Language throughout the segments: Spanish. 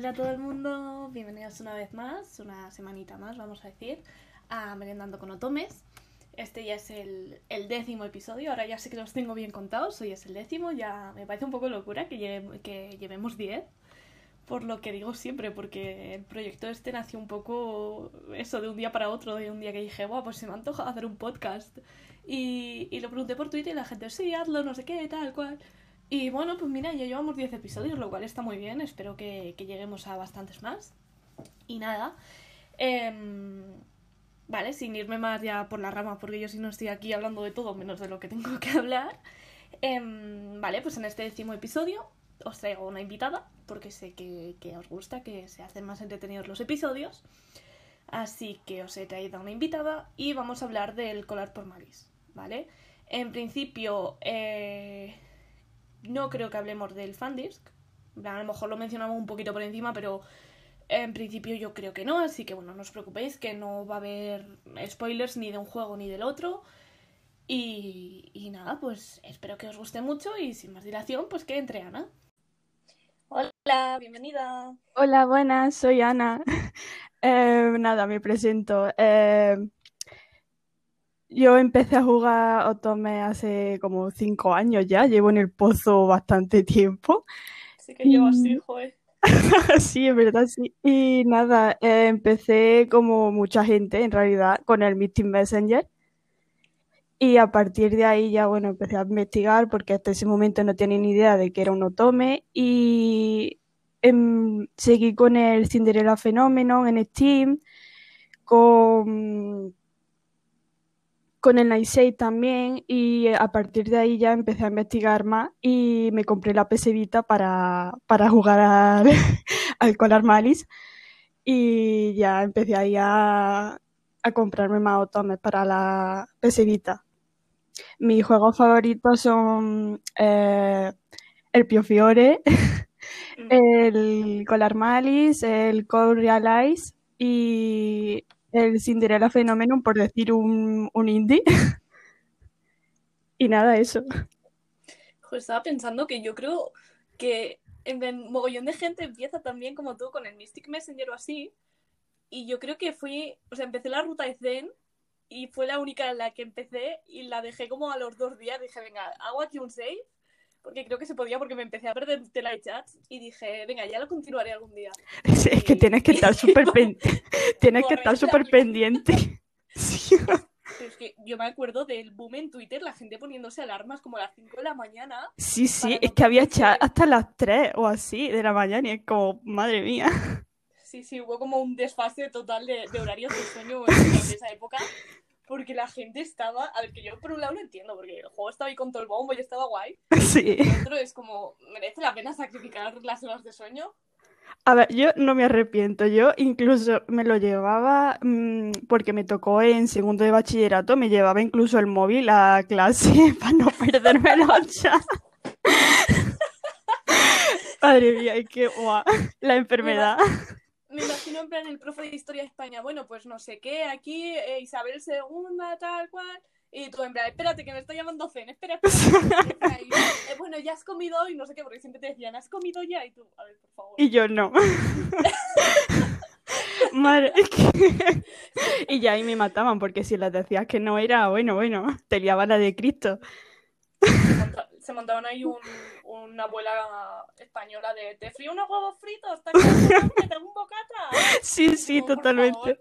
Hola a todo el mundo, bienvenidos una vez más, una semanita más vamos a decir, a Merendando con Otomes. Este ya es el 10º episodio, ahora ya sé que los tengo bien contados, hoy es el 10º, ya me parece un poco locura que llevemos 10, por lo que digo siempre, porque el proyecto este nació un poco eso de un día para otro, de un día que dije, wow, pues se me antoja hacer un podcast. Y lo pregunté por Twitter y la gente, sí, hazlo, no sé qué, tal cual. Y bueno, pues mira, ya llevamos 10 episodios, lo cual está muy bien. Espero que lleguemos a bastantes más. Y nada, vale, sin irme más ya por las ramas, porque yo sí no estoy aquí hablando de todo menos de lo que tengo que hablar. Vale, pues en este 10º episodio os traigo una invitada, porque sé que os gusta, que se hacen más entretenidos los episodios. Así que os he traído a una invitada y vamos a hablar del Colar por Malice, ¿vale? En principio, no creo que hablemos del Fandisc. A lo mejor lo mencionamos un poquito por encima, pero en principio yo creo que no. Así que bueno, no os preocupéis que no va a haber spoilers ni de un juego ni del otro. Y nada, pues espero que os guste mucho y sin más dilación, pues que entre Ana. Hola, bienvenida. Hola, buenas, soy Ana. Nada, me presento. Yo empecé a jugar Otome hace como 5 años ya, llevo en el pozo bastante tiempo. Sí que llevo así, Y joder. sí, es verdad, sí. Y nada, empecé como mucha gente en realidad con el Mystic Messenger. Y a partir de ahí ya, bueno, empecé a investigar porque hasta ese momento no tenía ni idea de que era un Otome. Y seguí con el Cinderella Phenomenon en Steam, con, con el Night 6 también, y a partir de ahí ya empecé a investigar más y me compré la PS Vita para jugar al Colar Malice, y ya empecé ahí a comprarme más otomes para la PS Vita. Mis juegos favoritos son el Piofiore, el Colar Malice, el Code Realize y el Cinderella Phenomenon, por decir un indie. Y nada, eso. Pues estaba pensando que yo creo que en mogollón de gente empieza también como tú con el Mystic Messenger o así. Y yo creo que empecé la ruta de Zen y fue la única en la que empecé y la dejé como a los 2 días. Dije, venga, hago aquí un save, porque creo que se podía, porque me empecé a perder tela de chats y dije, venga, ya lo continuaré algún día. Es que tienes que estar Y súper tienes que borré estar la súper aplicación. pendiente. Sí. Pero es que yo me acuerdo del boom en Twitter, la gente poniéndose alarmas como a las 5 de la mañana Sí, sí, para es no que había chat perderse. hasta las 3 o así de la mañana y es como, madre mía. Sí, sí, hubo como un desfase total de horarios de sueño durante esa época, porque la gente estaba. A ver, que yo por un lado lo entiendo, porque el juego estaba ahí con todo el bombo y estaba guay, pero Sí. por otro es como, ¿merece la pena sacrificar las horas de sueño? A ver, yo no me arrepiento, yo incluso me lo llevaba, porque me tocó en segundo de bachillerato, me llevaba incluso el móvil a clase para no perderme los chats. Madre mía, es que, guau, la Me, enfermedad. me imagino en plan el profe de Historia de España, bueno, pues no sé qué, aquí Isabel II, tal cual, y tú en plan, espérate que me está llamando Zen, espera, espera, espera. Y Zen ahí, bueno, ya has comido y no sé qué, porque siempre te decían, ¿has comido ya? Y tú, a ver, por favor. Y yo no. Madre, es que... Y ya ahí me mataban, porque si les decías que no era, bueno, bueno, te liaban la de Cristo. Se montaban ahí una abuela española de te frío unos huevos fritos, te has quedado con hambre, te hago un bocata. Sí, Y sí, tú, por favor. totalmente.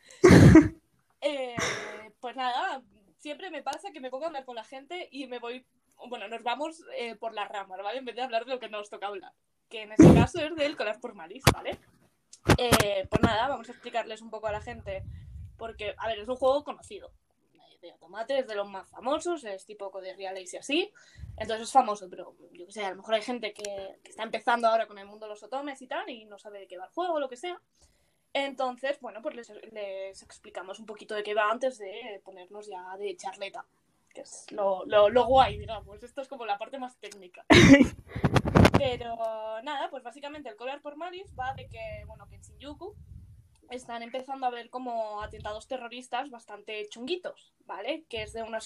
Pues nada, siempre me pasa que me pongo a hablar con la gente y me voy, bueno, nos vamos por las ramas, ¿vale? En vez de hablar de lo que nos toca hablar, que en este caso es del Colar por Malice, ¿vale? Pues nada, vamos a explicarles un poco a la gente, porque, a ver, es un juego conocido de Automate, es de los más famosos, es tipo Code Realize y así, entonces es famoso, pero yo que sé, a lo mejor hay gente que está empezando ahora con el mundo de los otomes y tal, y no sabe de qué va el juego o lo que sea. Entonces, bueno, pues les explicamos un poquito de qué va antes de ponernos ya de charleta, que es lo guay, digamos. Esto es como la parte más técnica. Pero nada, pues básicamente el Colar por Malice va de que, bueno, que en Shinjuku están empezando a ver como atentados terroristas bastante chunguitos, ¿vale? Que es de una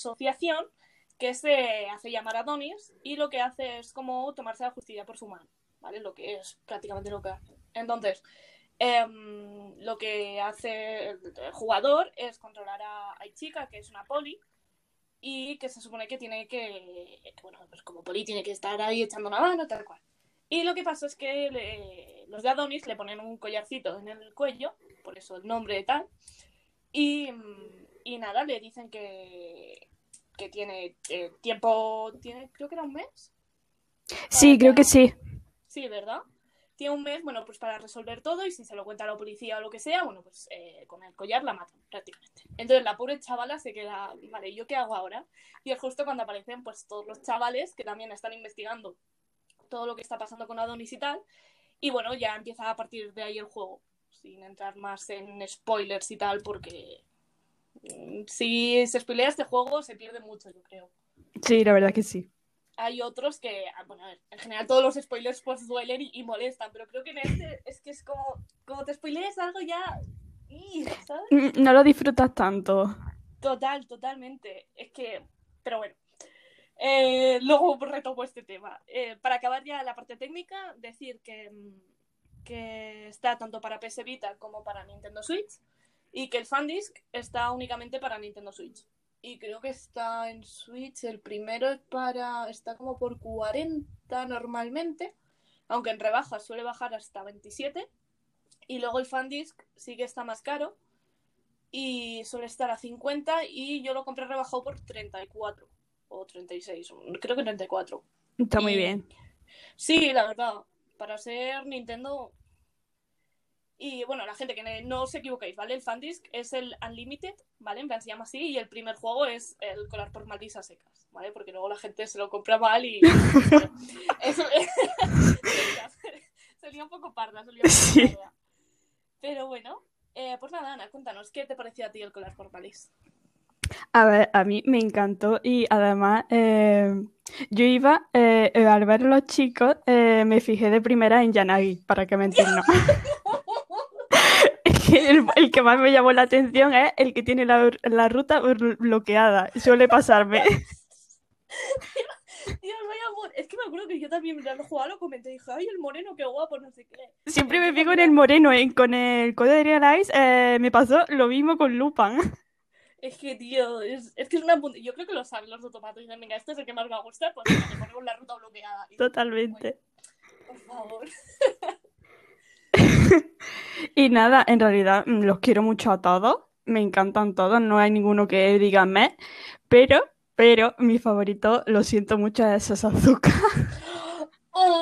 asociación que se hace llamar Adonis y lo que hace es como tomarse la justicia por su mano, ¿vale? Lo que es prácticamente lo que hace. Entonces, lo que hace el jugador es controlar a Ichika, que es una poli, y que se supone que tiene que bueno, pues como poli tiene que estar ahí echando una mano, tal cual. Y lo que pasa es que los de Adonis le ponen un collarcito en el cuello, por eso el nombre y tal, y nada, le dicen que tiene tiempo, creo que era un mes. Sí, creo que sí. Sí, ¿verdad? Tiene un mes, bueno, pues para resolver todo, y si se lo cuenta a la policía o lo que sea, bueno, pues con el collar la matan prácticamente. Entonces la pobre chavala se queda, vale, ¿yo qué hago ahora? Y es justo cuando aparecen pues todos los chavales que también están investigando todo lo que está pasando con Adonis y tal, y bueno, ya empieza a partir de ahí el juego, sin entrar más en spoilers y tal, porque si se spoilea este juego se pierde mucho, yo creo. Sí, la verdad que sí. Hay otros que, bueno, a ver, en general todos los spoilers pues duelen y molestan, pero creo que en este es que es como te spoilees algo ya, ¿sabes? No lo disfrutas tanto. Totalmente. Es que, pero bueno. Luego retomo este tema. Para acabar ya la parte técnica, decir que está tanto para PS Vita como para Nintendo Switch, y que el Fandisk está únicamente para Nintendo Switch. Y creo que está en Switch, el primero está como por 40 normalmente, aunque en rebajas suele bajar hasta 27. Y luego el Fandisk sí que está más caro y suele estar a 50, y yo lo compré rebajado por 34 o 36, creo que 34. Está muy Y bien. sí, la verdad, para ser Nintendo. Y bueno, la gente que no os equivoquéis, ¿vale? El Fandisk es el Unlimited, ¿vale? En plan se llama así, y el primer juego es el Colar por Malditas a secas, ¿vale? Porque luego la gente se lo compra mal y bueno, eso sería un poco parda, Sí. parda. Pero bueno, pues nada, Ana, cuéntanos, ¿qué te pareció a ti el Colar por Malditas? A ver, a mí me encantó y además yo iba, al ver a los chicos, me fijé de primera en Yanagi, para que me entiendan. El que más me llamó la atención es el que tiene la ruta bloqueada. Suele pasarme. Dios, vaya amor. Es que me acuerdo que yo también lo jugaba, lo comenté y dije, ay, el moreno, qué guapo, no sé qué. Siempre me fijo en el moreno, con el Code de Real Ice me pasó lo mismo con Lupin. Es que, tío, es que es una... Yo creo que lo saben los automatos y dicen, venga, este es el que más me gusta, pues venga, le ponemos la ruta bloqueada. Y Totalmente. por favor. Y nada, en realidad los quiero mucho a todos. Me encantan todos, no hay ninguno que diga me. Pero mi favorito, lo siento mucho, es Sasuke. Oh.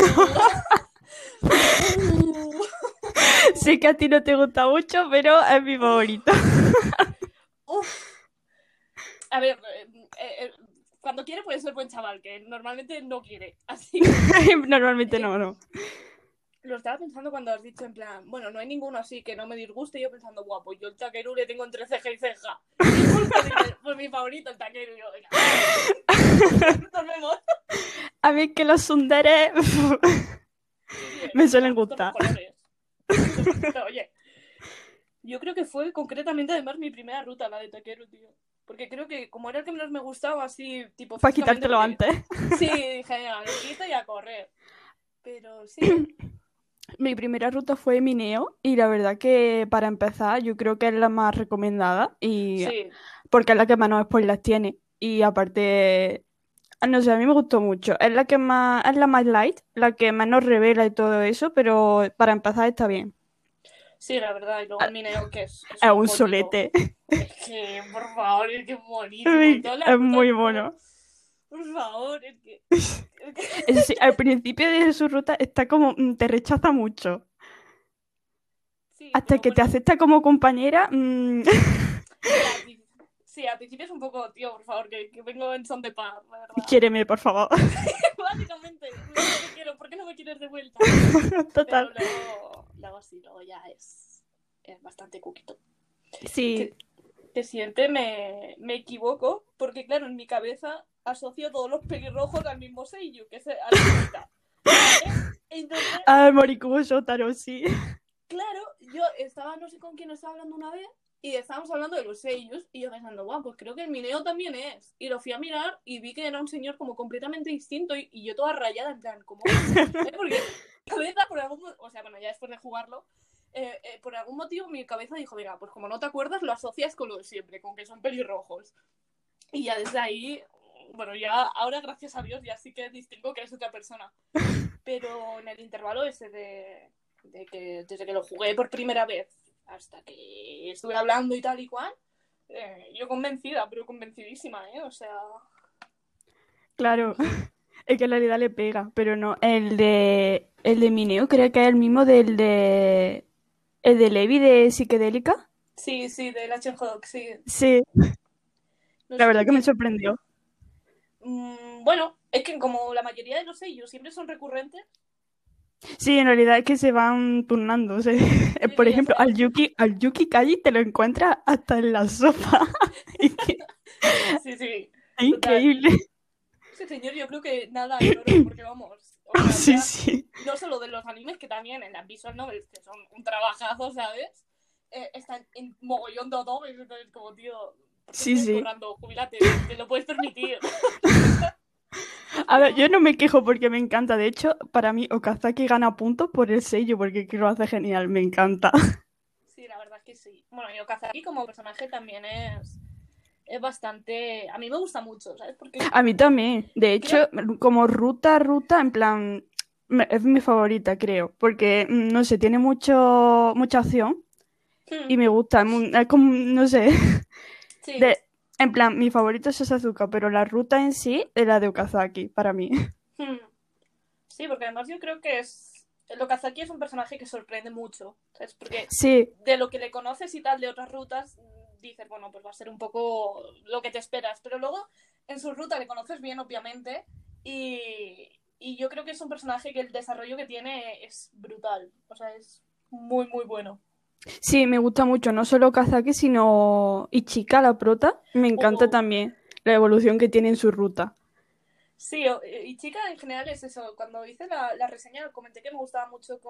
Sé que a ti no te gusta mucho, pero es mi favorito. Uf. A ver, cuando quiere puede ser buen chaval, que normalmente no quiere. Así que... Normalmente no. Lo estaba pensando cuando has dicho en plan, bueno, no hay ninguno así que no me disguste, y yo pensando, guapo, yo el Takeru le tengo entre ceja y ceja. Pues mi favorito, el Takeru, yo, venga. Nos vemos. A mí que los sunderes me suelen gustar. Oye, yo creo que fue concretamente además mi primera ruta, la de Takeru, tío. Porque creo que como era el que menos me gustaba, así, tipo... Para quitártelo antes. Sí, dije, venga, me quito y a correr. Pero sí... Mi primera ruta fue Mineo y la verdad que para empezar yo creo que es la más recomendada y sí. Porque es la que menos spoilers tiene y aparte, no sé, a mí me gustó mucho. Es la más light, la que menos revela y todo eso, pero para empezar está bien. Sí, la verdad, y luego el Mineo que es un bonito. solete. Es que, por favor, es que es bonito. Es muy mono. Por favor, es que... Sí, al principio de su ruta está como, te rechaza mucho. Sí, hasta que te acepta como compañera. Sí, al principio es un poco, tío, por favor, que vengo en son de paz, la verdad. Quiéreme, por favor. Básicamente, no te quiero, ¿por qué no me quieres de vuelta? Total. Pero luego sí, luego ya es bastante cuquito. Sí. Que siempre me equivoco, porque claro, en mi cabeza asocio todos los pelirrojos al mismo Seiyu, que es Arista. Entonces... Morikubo Shotaro, sí. Claro, yo estaba, no sé con quién estaba hablando una vez, y estábamos hablando de los sellos y yo pensando, guau, pues creo que el Mineo también es. Y lo fui a mirar y vi que era un señor como completamente distinto y yo toda rayada, en plan, ¿cómo? Porque mi cabeza, por algún o sea, bueno, ya después de jugarlo, por algún motivo mi cabeza dijo, venga, pues como no te acuerdas, lo asocias con lo de siempre, con que son pelirrojos. Y ya desde ahí, bueno, ya ahora, gracias a Dios, ya sí que distingo que eres otra persona. Pero en el intervalo ese de que desde que lo jugué por primera vez hasta que estuve hablando y tal y cual, yo convencida, pero convencidísima, o sea... Claro, es que en realidad le pega, pero no. El de Mineo creo que es el mismo el de Levi de Psicodélica. Sí, de la Hedgehog, sí. Sí, No la sé verdad por que me qué. sorprendió. Bueno, es que como la mayoría de los sellos siempre son recurrentes, Sí, en realidad es que se van turnando. O sea, por sí, ya ejemplo, sabes. Al Yuki Kaji te lo encuentras hasta en la sopa. Es que Sí, es total. increíble. Ese señor yo creo que nada en oro, porque vamos, o sea, Sí, ya sí. no solo de los animes, que también en las visual novels, que son un trabajazo, ¿sabes? Están en mogollón de otomes, entonces como, tío, ¿por qué Sí, sigues sí. currando? Jubílate, te lo puedes permitir. A ver, yo no me quejo porque me encanta. De hecho, para mí Okazaki gana puntos por el sello porque que lo hace genial. Me encanta. Sí, la verdad es que sí. Bueno, y Okazaki como personaje también es bastante... A mí me gusta mucho, ¿sabes? Porque A mí también. De creo... hecho, como ruta, en plan, es mi favorita, creo. Porque, no sé, tiene mucha acción y me gusta. Es como, no sé. Sí, De, en plan, mi favorito es Sasuke, pero la ruta en sí es la de Okazaki, para mí. sí, porque además yo creo que es... El Okazaki es un personaje que sorprende mucho, ¿sabes? Porque Sí, de lo que le conoces y tal de otras rutas, dices, bueno, pues va a ser un poco lo que te esperas. Pero luego en su ruta le conoces bien, obviamente, y yo creo que es un personaje que el desarrollo que tiene es brutal. O sea, es muy, muy bueno. sí, me gusta mucho. No solo Okazaki, sino Ichika, la prota. Me encanta O, también la evolución que tiene en su ruta. sí, y chica en general es eso. Cuando hice la reseña comenté que me gustaba mucho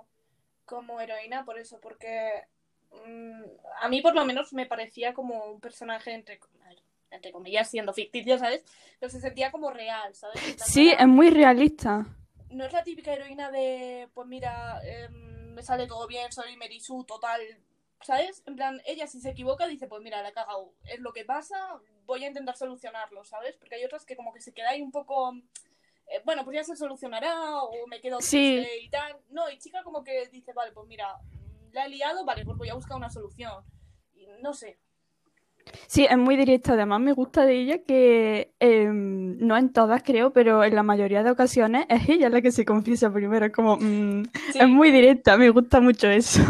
como heroína por eso, porque mmm, a mí por lo menos me parecía como un personaje entre comillas siendo ficticio, ¿sabes? Pero se sentía como real, ¿sabes? En plan, Sí, es muy realista. no es la típica heroína de, pues mira, me sale todo bien, soy Merisu total, ¿sabes? En plan, ella si se equivoca dice, pues mira, la he cagado, es lo que pasa, voy a intentar solucionarlo, ¿sabes? Porque hay otras que como que se queda ahí un poco, bueno, pues ya se solucionará o me quedo Sí, triste y tal. No, y chica como que dice, vale, pues mira, la he liado, vale, pues voy a buscar una solución. Y no sé. sí, es muy directa. Además, me gusta de ella que no en todas creo, pero en la mayoría de ocasiones es ella la que se confiesa primero. Es como, es Sí, muy directa, me gusta mucho eso.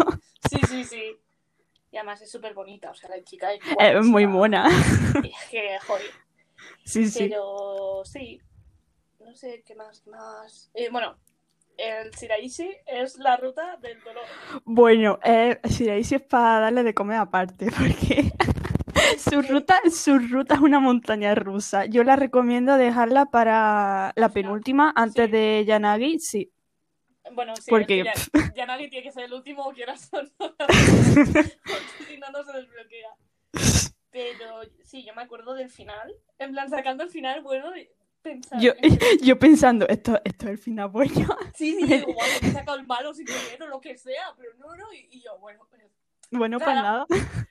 sí. Y además es súper bonita, o sea, la chica es Es muy guapísima. mona. Es que, joder. Sí, sí. Pero sí, no sé qué más. Bueno, el Shiraishi es la ruta del dolor. Bueno, Shiraishi es para darle de comer aparte, porque Es que, su ruta es una montaña rusa. Yo la recomiendo dejarla para al la final, penúltima, antes sí. de Yanagi, sí, Bueno, sí, es que porque ya nadie tiene que ser el último, quieras o no, la verdad. Porque si no, no se desbloquea. Pero sí, yo me acuerdo del final. En plan, sacando el final, bueno, pensar, yo, en serio. yo pensando, esto es el final bueno. Sí, digo, guau, que me he sacado el malo sin querer o lo que sea, pero no, y yo, bueno, pero Bueno, pues nada, nada.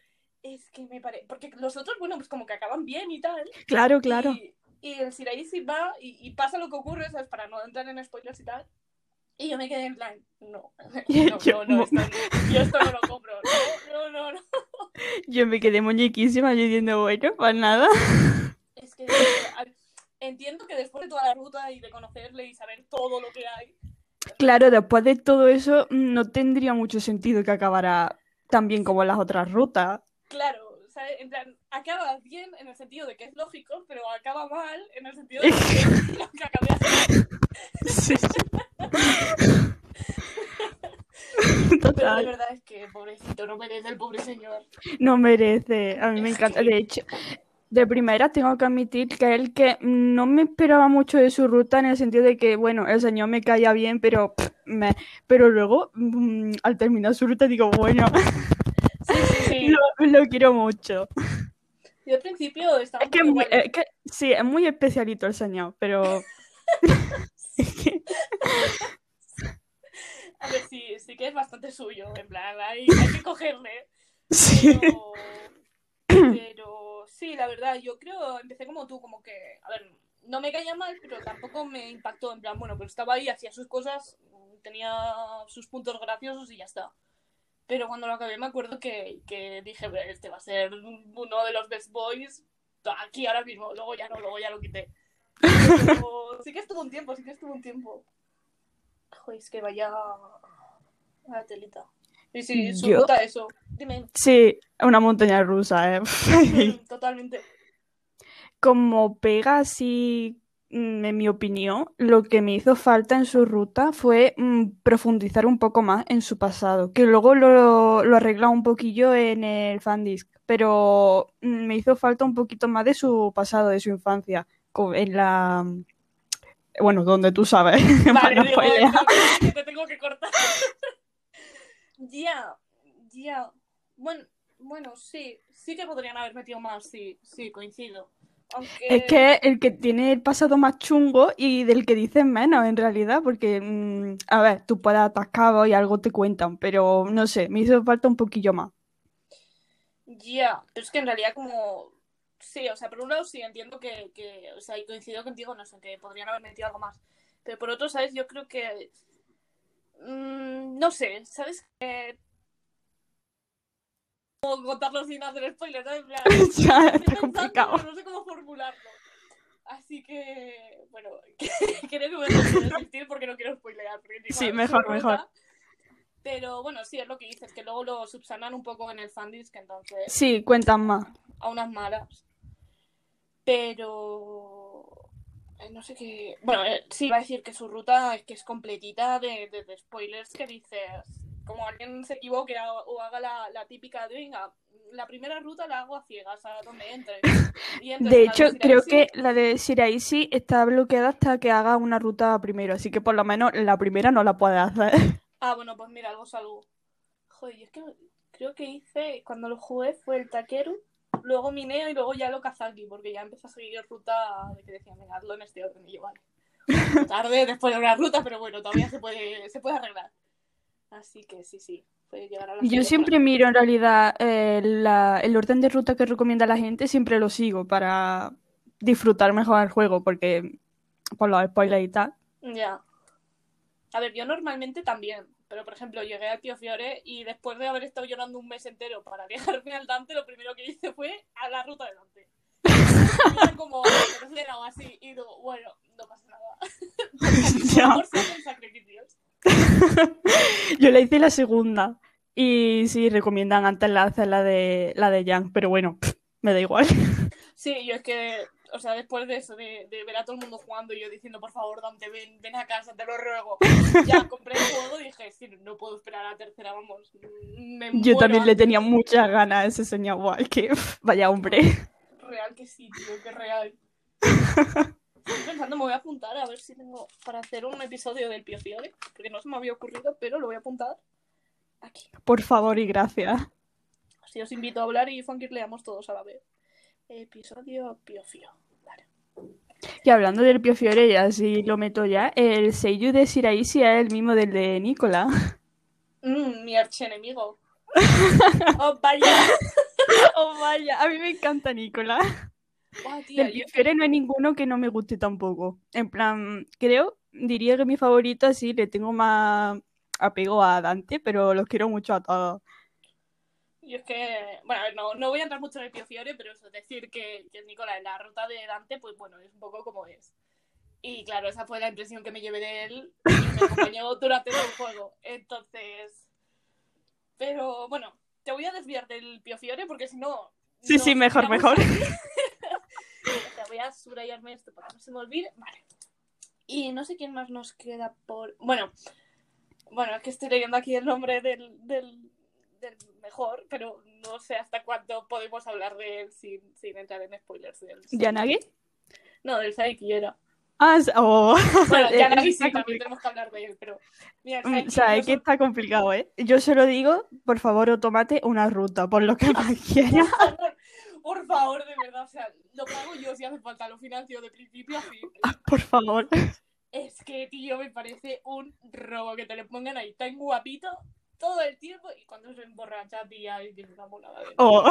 es que me parece. Porque los otros, bueno, pues como que acaban bien y tal. Claro, claro. Y el Siraisi va y pasa lo que ocurre, ¿sabes? Para no entrar en spoilers y tal. Y yo me quedé en plan, no, Yo, yo esto no lo compro, no. yo me quedé muñequísima yo diciendo, bueno, pues nada. Es que digo, entiendo que después de toda la ruta y de conocerle y saber todo lo que hay, Claro, después de todo eso, no tendría mucho sentido que acabara tan bien como las otras rutas. claro, ¿sabes? En plan, acaba bien en el sentido de que es lógico, pero acaba mal en el sentido de que acabé así. Sí, sí. Pero de Total. verdad es que pobrecito, no merece el pobre señor. No merece. A mí me Es encanta. De que, hecho, de primera tengo que admitir que el que no me esperaba mucho de su ruta en el sentido de que, bueno, el señor me caía bien, pero luego, al terminar su ruta, digo, bueno, sí, Lo quiero mucho. Yo al principio estaba Es que, sí, es muy especialito el señor, pero... es que... A ver, sí que es bastante suyo, en plan, hay que cogerle. Sí. Pero sí, la verdad, yo creo, empecé como tú, como que, a ver, no me caía mal, pero tampoco me impactó, en plan, bueno, pues estaba ahí, hacía sus cosas, tenía sus puntos graciosos y ya está. Pero cuando lo acabé me acuerdo que dije, este va a ser uno de los best boys aquí ahora mismo, luego ya lo quité. Pero sí que estuvo un tiempo. Joder, es que vaya a telita. Y sí, su Yo... ruta eso. Dime. Sí, una montaña rusa, Totalmente. Como pega así, en mi opinión, lo que me hizo falta en su ruta fue profundizar un poco más en su pasado, que luego lo arregla un poquillo en el fandisk, pero me hizo falta un poquito más de su pasado, de su infancia, en la... Bueno, donde tú sabes. Vale, para no digo, spoilear. no, que te tengo que cortar. Ya. Bueno, sí que podrían haber metido más, sí, coincido. Aunque... Es que el que tiene el pasado más chungo y del que dicen menos, en realidad, porque, a ver, tú puedes atascar y algo te cuentan, pero no sé, me hizo falta un poquillo más. Ya, pero es que en realidad como... Sí, o sea, por un lado sí entiendo o sea, y coincido contigo, no sé, que podrían haber metido algo más. Pero por otro, ¿sabes? Yo creo que... no sé, ¿sabes? Como contarlo sin hacer spoilers, ¿sabes? En plan, Ya estoy está pensando, complicado. pero no sé cómo formularlo. Así que, bueno, creo que voy a tener que desistir porque no quiero spoilear. Porque Sí, encima su mejor. ruta... Pero bueno, sí, es lo que dices, que luego lo subsanan un poco en el fandisk, entonces, Sí, cuentan más. a unas malas. Pero... no sé qué... Bueno, sí, va a decir que su ruta es que es completita de spoilers que dices... Como alguien se equivoque o haga la típica de, venga, la primera ruta la hago a ciegas, a donde entre. Y entres De en la de hecho, creo Shiraisi. que la de Shiraisi está bloqueada hasta que haga una ruta primero, así que por lo menos la primera no la puede hacer. Ah, bueno, pues mira, algo salvo. Joder, es que creo que hice, cuando lo jugué fue el Takeru, luego Mineo y luego ya lo Kazaki, porque ya empecé a seguir ruta de que decían, venga, hazlo en este orden. Y yo, vale. Un poco tarde después de una ruta, pero bueno, todavía se puede arreglar. Así que sí, puede llegar a la Yo siguiente por siempre aquí. miro en realidad el orden de ruta que recomienda la gente, siempre lo sigo para disfrutar mejor el juego, porque por los spoilers y tal. Ya. A ver, yo normalmente también, pero por ejemplo, llegué al Pio Fiore y después de haber estado llorando un mes entero para llegarme al Dante, lo primero que hice fue a la ruta de Dante. Era como a la tercera o así, y digo, bueno, no pasa nada. Por amor se hacen sacrificios. Yo la hice la segunda. Y sí, recomiendan antes hacer la de Yang, pero bueno, me da igual. Sí, yo es que, o sea, después de eso, de ver a todo el mundo jugando y yo diciendo, por favor, Dante, ven a casa, te lo ruego. Ya compré el juego y dije, sí, no puedo esperar a la tercera, vamos. Me Yo muero también le antes. tenía muchas ganas a ese señor. Guau, que vaya hombre. Real que sí, tío, que real. Estoy pensando, me voy a apuntar a ver si tengo para hacer un episodio del Pio Fiore, porque no se me había ocurrido, pero lo voy a apuntar aquí. Por favor y gracias. Así os invito a hablar y Funkir leamos todos a la vez. Episodio Pio Fio. Vale. Y hablando del Pio Fiore, ya si lo meto ya, el seiyuu de Shiraishi es el mismo del de Nicola. Mi archienemigo. ¡Oh, vaya! Oh, vaya, a mí me encanta Nicola. Oh, tía, Del Pio Fiore no hay ninguno que no me guste tampoco. En plan, diría que mi favorito sí, le tengo más apego a Dante, pero los quiero mucho a todos. Yo es que, bueno, no voy a entrar mucho en el Pio Fiore, pero eso, decir que Nicolás en la ruta de Dante, pues bueno, es un poco como es. Y claro, esa fue la impresión que me llevé de él y me acompañó durante todo el juego. Entonces, pero bueno, te voy a desviar del Pio Fiore porque si no... Sí, mejor. O sea, voy a subrayarme esto para que no se me olvide. Vale. Y no sé quién más nos queda por... Bueno, es que estoy leyendo aquí el nombre del mejor, pero no sé hasta cuándo podemos hablar de él sin entrar en spoilers. ¿Yanagi? No, del Saiki era. Bueno, Yanagi está sí, también complicado. tenemos que hablar de él, pero... Mira, O sea, es que está complicado, ¿eh? Yo solo digo, por favor, o tómate una ruta, por lo que más quieras. por favor, de verdad, o sea, lo pago yo si hace falta, lo financio de principio a fin. Por favor. Es que, tío, me parece un robo que te le pongan ahí tan guapito todo el tiempo y cuando se emborracha, tía, y tiene una monada de... Oh.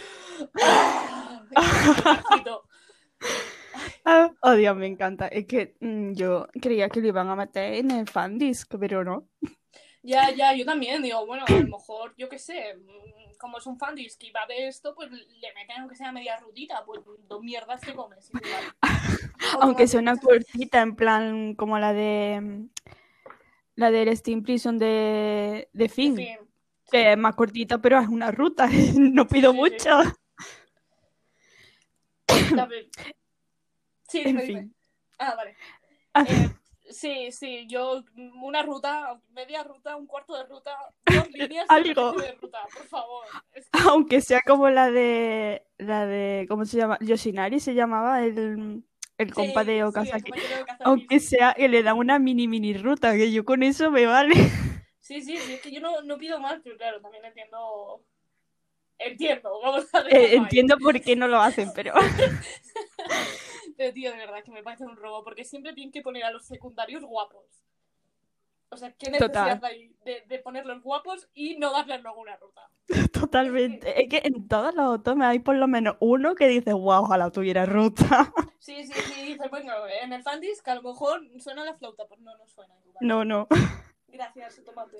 Oh, Dios, me encanta. Es que yo creía que lo iban a meter en el fandisc, pero no. Ya, yo también digo, bueno, a lo mejor, yo qué sé, como es un fandisc y va de esto, pues le meten aunque sea media rutita, pues 2 mierdas te comes. Aunque sea una cortita, en plan como la del Steam Prison de Finn, Sí. que es más cortita, pero es una ruta. No pido mucho. Sí, En dime. fin. Ah, vale. Sí, yo una ruta, media ruta, un cuarto de ruta, 2 líneas Algo. de ruta, por favor. Aunque sea como la de ¿cómo se llama? Yoshinari se llamaba el compa de Okazaki. Aunque sea que le dan una mini ruta, que yo con eso me vale. Sí, es que yo no pido más, pero claro, también entiendo, vamos a ver. Entiendo por qué no lo hacen, pero... Pero tío, de verdad que me parece un robo, porque siempre tienen que poner a los secundarios guapos. O sea, ¿qué necesidad hay de ponerlos guapos y no darles luego una ruta? Totalmente. Es que en todos los otomes hay por lo menos uno que dice, wow, ojalá tuviera ruta. Sí, dice, bueno, en el fandisc a lo mejor suena la flauta, pues no suena. Igual. No. Gracias, tomate.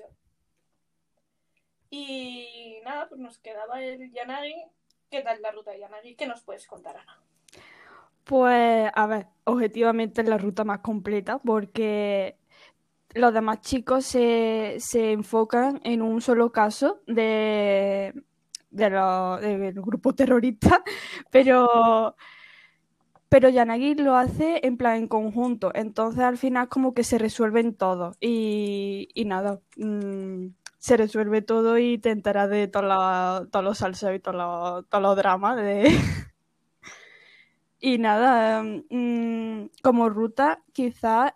Y nada, pues nos quedaba el Yanagi. ¿Qué tal la ruta de Yanagi? ¿Qué nos puedes contar, Ana? Pues, a ver, objetivamente es la ruta más completa porque los demás chicos se enfocan en un solo caso del grupo terrorista, pero Yanagi lo hace en plan en conjunto, entonces al final como que se resuelven todos y nada, se resuelve todo y te enteras de todos los salseos y todos los dramas de... Y nada, como ruta quizás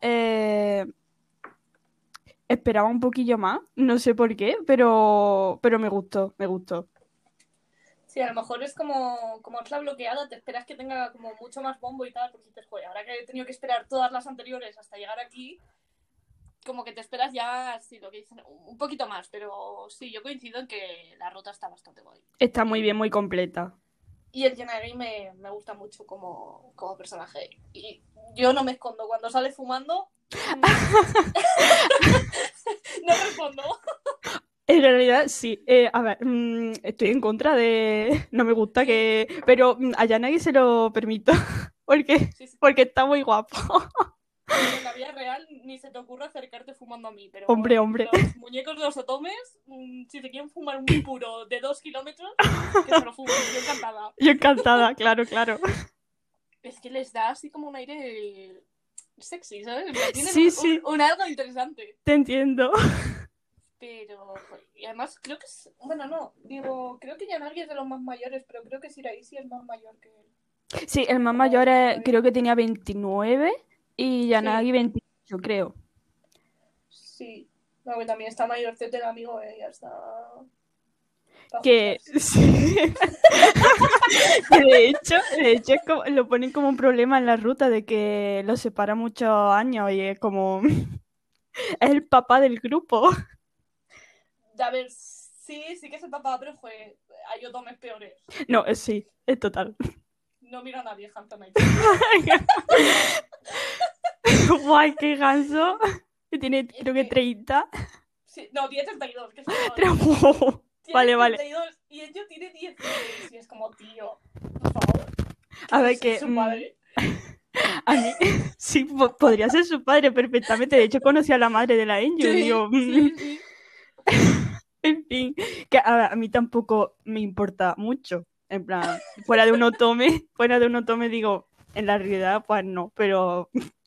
esperaba un poquillo más, no sé por qué, pero me gustó. Sí, a lo mejor es como es la bloqueada, te esperas que tenga como mucho más bombo y tal, porque dices, joder, ahora que he tenido que esperar todas las anteriores hasta llegar aquí, como que te esperas ya, sí, lo que dicen, un poquito más, pero sí, yo coincido en que la ruta está bastante guay. Está muy bien, muy completa. Y el Yanagi me gusta mucho como personaje. Y yo no me escondo. Cuando sale fumando, no respondo. En realidad, sí. A ver, estoy en contra de... No me gusta que... Pero a Yanagi se lo permito. Porque está muy guapo. En la vida real ni se te ocurre acercarte fumando a mí, pero hombre. Los muñecos de los otomes, si te quieren fumar un puro de 2 kilómetros, que se lo fumen. Yo encantada, claro. Es que les da así como un aire sexy, ¿sabes? Sí. Un algo interesante. Te entiendo. Pero, y además creo que es, bueno, no, digo, creo que Yanagi es de los más mayores, pero creo que Shiraishi es más mayor que él. Sí, el más mayor creo que tenía 29 y Yanagi 28, creo. Sí, no, que también está mayor que el amigo, ya está... Que sí. de hecho es como, lo ponen como un problema en la ruta de que los separa muchos años y es como... es el papá del grupo. A ver, sí que es el papá, pero hay otomes peores. No, sí, es total. No mira a nadie, Hampton. Guay, qué ganso. Tiene, creo que 30. Sí, no, tiene 32. Que es Vale. 32 y ellos tiene 16. Y es como, tío, por favor. A ver, que... su padre. A mí, sí, podría ser su padre perfectamente. De hecho, conocí a la madre de la Angel. Sí, digo, sí. En fin, que a mí tampoco me importa mucho. En plan, fuera de un otome digo, en la realidad, pues no, pero...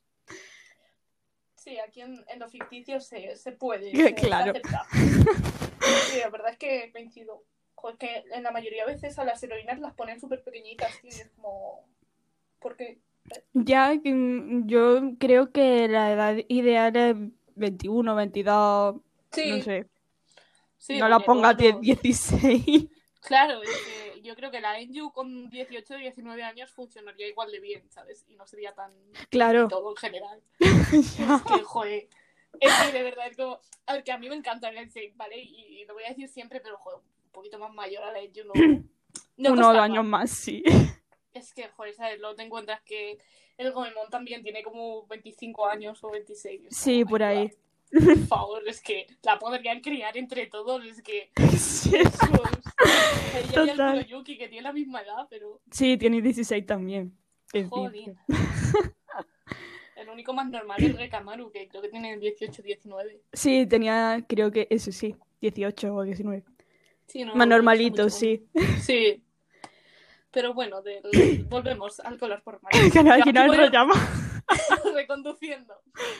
Sí, aquí en lo ficticio se puede. Claro. Sí, la verdad es que coincido. Joder, que en la mayoría de veces a las heroínas las ponen súper pequeñitas, tío, y es como... ¿Por qué? Ya, yo creo que la edad ideal es 21, 22, no Sí, sé. sí, No la porque pongas todos 10, los... 16. Claro, es que yo creo que la Enju con 18 o 19 años funcionaría igual de bien, ¿sabes? Y no sería tan creepy Claro. todo en general. Ya. Es que, joder, es que de verdad es como... A ver, que a mí me encanta el Insane, ¿vale? Y lo voy a decir siempre, pero, joder, un poquito más mayor a la Enju no Uno o 2 años costaba. más, sí. Es que, joder, ¿sabes? Luego te encuentras que el Goemon también tiene como 25 años o 26. Es como, Sí, por ayuda. ahí. Por favor, es que la podrían criar entre todos. Es que Sí, Jesús. Ella y el total. Kuroyuki, que tiene la misma edad, pero Sí, tiene 16 también. Qué jolín. vicio. El único más normal es Rekamaru, que creo que tiene 18, 19. Sí, tenía, creo que eso sí, 18 o 19. Sí, Más no está normalito, mucho con... sí. Sí, pero bueno, volvemos al color por Maris. Que no, Yo aquí aquí nos voy enrollamos. reconduciendo.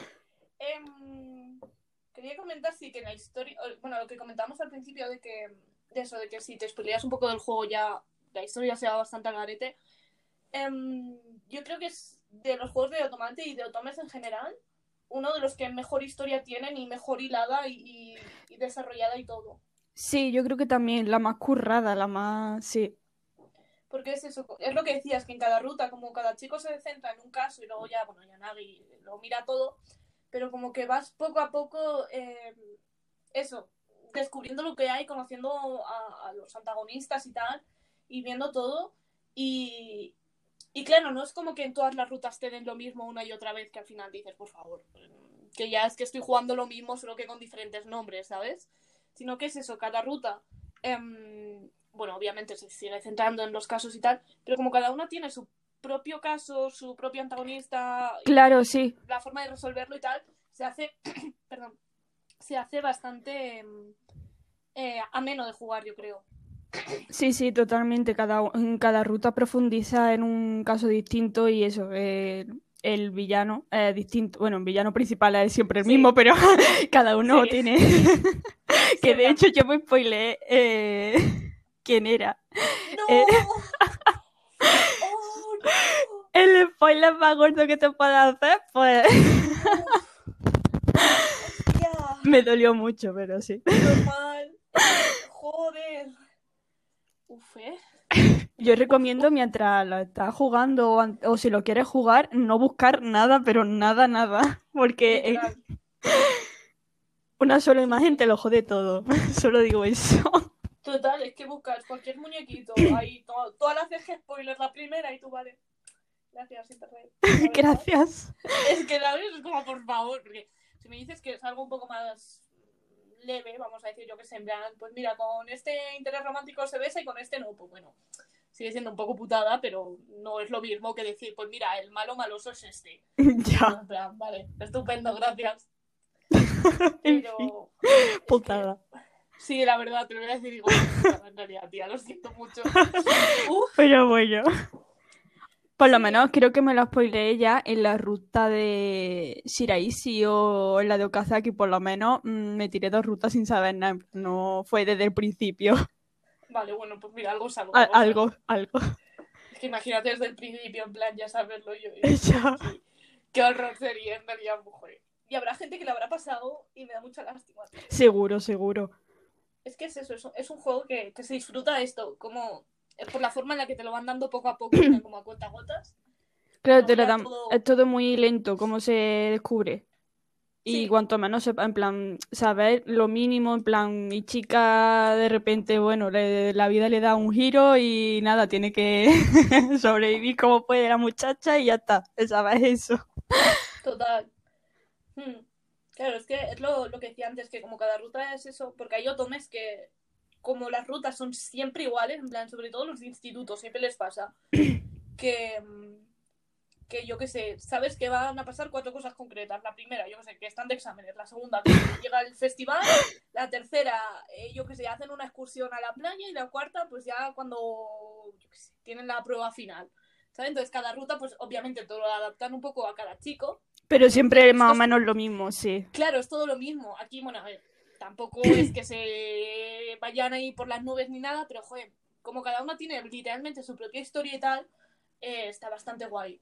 Quería comentar, sí, que en la historia, bueno, lo que comentamos al principio de eso, de que si te spoileas un poco del juego ya la historia se va bastante al garete. Yo creo que es de los juegos de Otomate y de Otomes en general, uno de los que mejor historia tienen y mejor hilada y desarrollada y todo. Sí, yo creo que también la más currada, la más... Sí. Porque es eso, es lo que decías, que en cada ruta, como cada chico se centra en un caso y luego ya, bueno, Yanagi lo mira todo, pero como que vas poco a poco, eso, descubriendo lo que hay, conociendo a los antagonistas y tal, y viendo todo. Y, y claro, no es como que en todas las rutas te den lo mismo una y otra vez, que al final dices, por favor, que ya es que estoy jugando lo mismo, solo que con diferentes nombres, ¿sabes? Sino que es eso, cada ruta, bueno, obviamente se sigue centrando en los casos y tal, pero como cada una tiene su propio caso, su propio antagonista Claro, y sí. la forma de resolverlo y tal, se hace, perdón, se hace bastante ameno de jugar, yo creo. Sí, sí, totalmente. En cada ruta profundiza en un caso distinto y eso, el villano es distinto. Bueno, el villano principal es siempre el mismo, Sí, pero cada uno sí, tiene... Que de siempre. hecho yo me spoileé quién era. Eh, ¡No! ¡Oh, no! el spoiler más gordo que te puedo hacer, pues ¡Uf! ¡Hostia! me dolió mucho, pero sí. Normal. Joder. Uf, ¿eh? Yo Uf, recomiendo uf. mientras lo estás jugando o si lo quieres jugar, no buscar nada, pero nada, nada. Porque Literal. una sola Sí, imagen sí. te lo jode todo. Solo digo eso. Total, es que buscas cualquier muñequito, ahí todas las veces spoilers, la primera y tú, vale. Gracias, internet. La verdad. Gracias. Es que, ¿sabes? Es como, por favor, porque si me dices que es algo un poco más leve, vamos a decir, yo que sé, en plan, pues mira, con este interés romántico se besa y con este no, pues bueno, sigue siendo un poco putada, pero no es lo mismo que decir, pues mira, el malo maloso es este. Y tú, Ya. en plan, vale, estupendo, gracias. En fin. Pero es que, Putada. sí, la verdad, te lo voy a decir igual que putada en realidad, tía, lo siento mucho. Uf, Pero bueno. Por lo sí, menos creo que me lo spoileé ya en la ruta de Shiraishi o en la de Okazaki, por lo menos me tiré 2 rutas sin saber nada. No fue desde el principio. vale, bueno, pues mira, algo es algo, algo es Algo, algo. algo. Es que imagínate desde el principio, en plan, ya saberlo yo. Ya. Qué horror sería en realidad, mujer. Y habrá gente que le habrá pasado y me da mucha lástima, tío. Seguro, seguro. Es que es eso, es un juego que se disfruta esto, como por la forma en la que te lo van dando poco a poco, en plan, como a cuentagotas. Claro, Luego te lo ya dan. Es todo. todo muy lento, como se descubre. Y Sí, cuanto menos sepa, en plan, saber lo mínimo, en plan, mi chica de repente, bueno, la vida le da un giro y nada, tiene que sobrevivir como puede la muchacha y ya está, sabes eso. total. Hmm. Claro, es que es lo que decía antes, que como cada ruta es eso, porque hay otomes que, como las rutas son siempre iguales, en plan, sobre todo los de instituto, siempre les pasa, que, que yo qué sé, sabes que van a pasar 4 cosas concretas. La primera, yo qué sé, que están de exámenes. La segunda, que llega el festival. La tercera, yo qué sé, hacen una excursión a la playa. Y la cuarta, pues ya cuando, yo qué sé, tienen la prueba final. ¿Sabes? Entonces cada ruta, pues obviamente todo lo adaptan un poco a cada chico. Pero Pero siempre esto más o es, menos lo mismo, sí. claro, es todo lo mismo. Aquí, bueno, a ver, tampoco es que se vayan ahí por las nubes ni nada, pero joder, como cada una tiene literalmente su propia historia y tal, está bastante guay.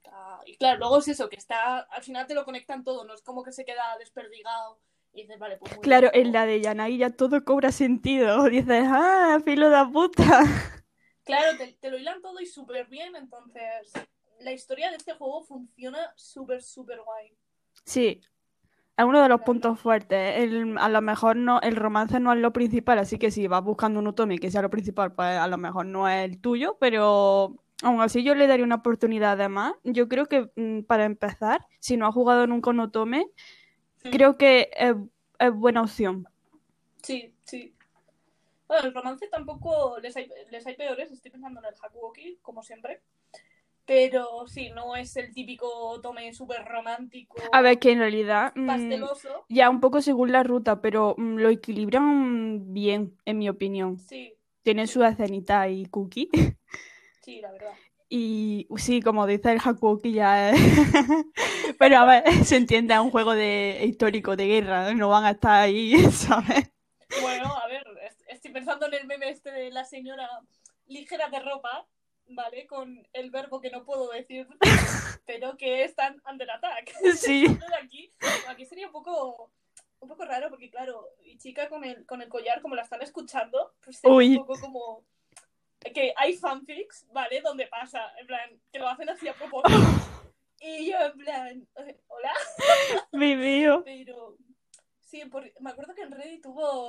Y claro, luego es eso, que está, al final te lo conectan todo, no es como que se queda desperdigado y dices, vale, pues muy Claro, bien. en la de Yanagi ya todo cobra sentido. Dices, ¡ah, filo de puta! Claro, te lo hilan todo y súper bien, entonces la historia de este juego funciona súper, súper guay. Sí, es uno de los La verdad. puntos fuertes. A lo mejor no, el romance no es lo principal, así que si vas buscando un otome que sea lo principal, pues a lo mejor no es el tuyo, pero aún así yo le daría una oportunidad además. Yo creo que para empezar, si no has jugado nunca un otome, creo que es buena opción. Sí, sí. Bueno, el romance tampoco les hay peores, estoy pensando en el Hakuoki, como siempre. Pero sí, no es el típico tome súper A ver, romántico, que en realidad pasteloso. ya un poco según la ruta, pero lo equilibran bien, en mi opinión. Sí, Tienen su sí, escenita y cookie. sí, la verdad. Y sí, como dice el Hakuoki ya es... Pero a ver, se entiende, es un juego de histórico de guerra, no van a estar ahí, ¿sabes? Bueno, a ver, estoy pensando en el meme este de la señora ligera de ropa, ¿vale? Con el verbo que no puedo decir, pero que están under attack. Sí. Entonces aquí sería un poco raro porque, claro, y chica con el collar, como la están escuchando, pues sería un Uy, poco como que hay fanfics, ¿vale? Donde pasa, en plan, que lo hacen así a propósito. Y yo, en plan, hola. mi mío. Pero sí, me acuerdo que en Reddit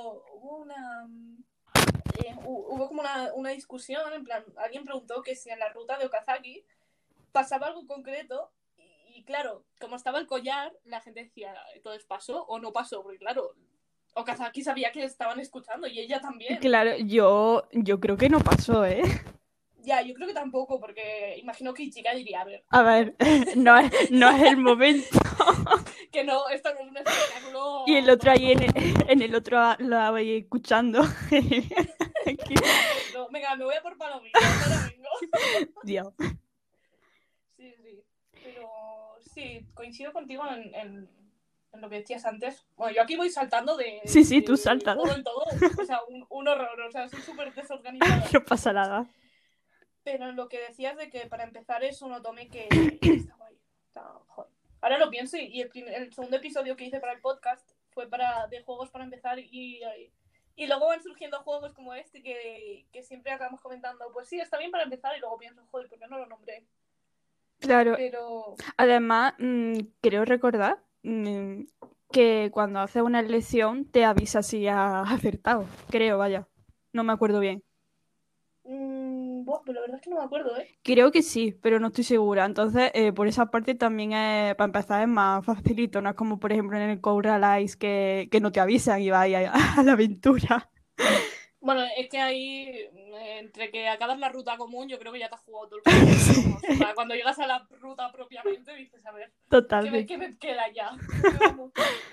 hubo como una discusión, en plan, alguien preguntó que si en la ruta de Okazaki pasaba algo concreto y claro, como estaba el collar, la gente decía, entonces pasó o no pasó, porque claro, Okazaki sabía que estaban escuchando y ella también. Claro, yo creo que no pasó, ¿eh? Ya, yo creo que tampoco, porque imagino que Ichiga diría, A a ver, ver, no es el momento. que no, esto no es un Y el espectáculo otro para ahí todo el mundo. en el otro lo voy escuchando. Diciendo, venga, me voy a por palomitas, ahora vengo. Dios. Sí, sí. Pero sí, coincido contigo en lo que decías antes. Bueno, yo aquí voy saltando Sí, sí, tú de salta. todo en todo. O sea, un horror. O sea, soy súper desorganizada. No pasa nada. Pero en lo que decías de que para empezar es un otome que está guay. Está, joder. Ahora lo pienso y el segundo episodio que hice para el podcast fue de juegos para empezar y luego van surgiendo juegos como este que siempre acabamos comentando, pues sí, está bien para empezar y luego pienso, joder, ¿por qué no lo nombré? Claro, Pero además, creo recordar que cuando haces una elección te avisa si has acertado. Creo, vaya. No me acuerdo bien. pues la verdad es que no me acuerdo, ¿eh? Creo que sí, pero no estoy segura. Entonces, por esa parte también para empezar es más facilito. No es como, por ejemplo, en el Code Realize que no te avisan y vas ahí a la aventura. Bueno, es que ahí, entre que acabas la ruta común, yo creo que ya te has jugado todo el juego. Pero vamos, para cuando llegas a la ruta propiamente, dices, a ver, ¿qué Totalmente. me queda ya? Porque vamos.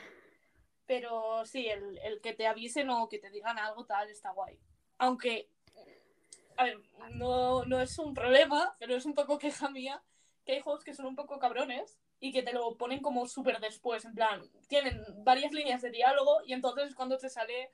Pero sí, el que te avisen o que te digan algo tal está guay. Aunque, a ver, no es un problema, pero es un poco queja mía, que hay juegos que son un poco cabrones y que te lo ponen como súper después, en plan, tienen varias líneas de diálogo y entonces es cuando te sale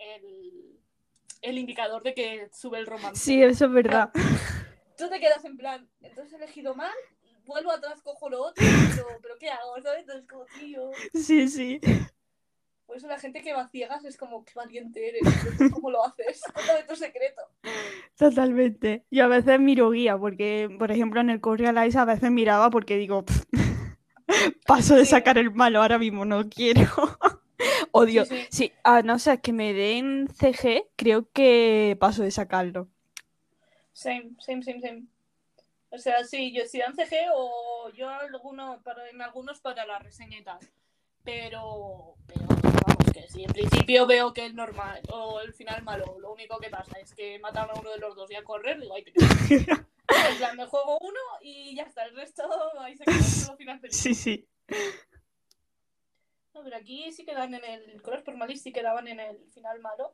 el indicador de que sube el Sí, romance. eso es verdad. Claro, tú te quedas en plan, entonces he elegido mal, vuelvo atrás, cojo lo otro, pero ¿qué hago? ¿Sabes? Entonces, como, tío. Sí, sí. Por eso la gente que va ciegas es como, qué valiente eres, pero tú cómo lo haces. Cuéntame tu secreto. Totalmente. Yo a veces miro guía, porque, por ejemplo, en el Code Realize a veces miraba porque digo, "Pff, paso de Sí, sacar el malo ahora mismo, no quiero. Odio. sí, sí. Sí, a no ser que me den CG, creo que paso de sacarlo. Same, same, same, same. O sea, sí, yo si dan CG o yo en algunos para la reseña y tal. Pero vamos, que si en principio veo que el normal o el final malo, lo único que pasa es que matan a uno de los dos y a correr, digo, ahí te quedas. En plan, me juego uno y ya está, el resto ahí se queda, solo final feliz. Sí, sí. No, pero aquí sí quedan en el Color Formalis, sí quedaban en el final malo.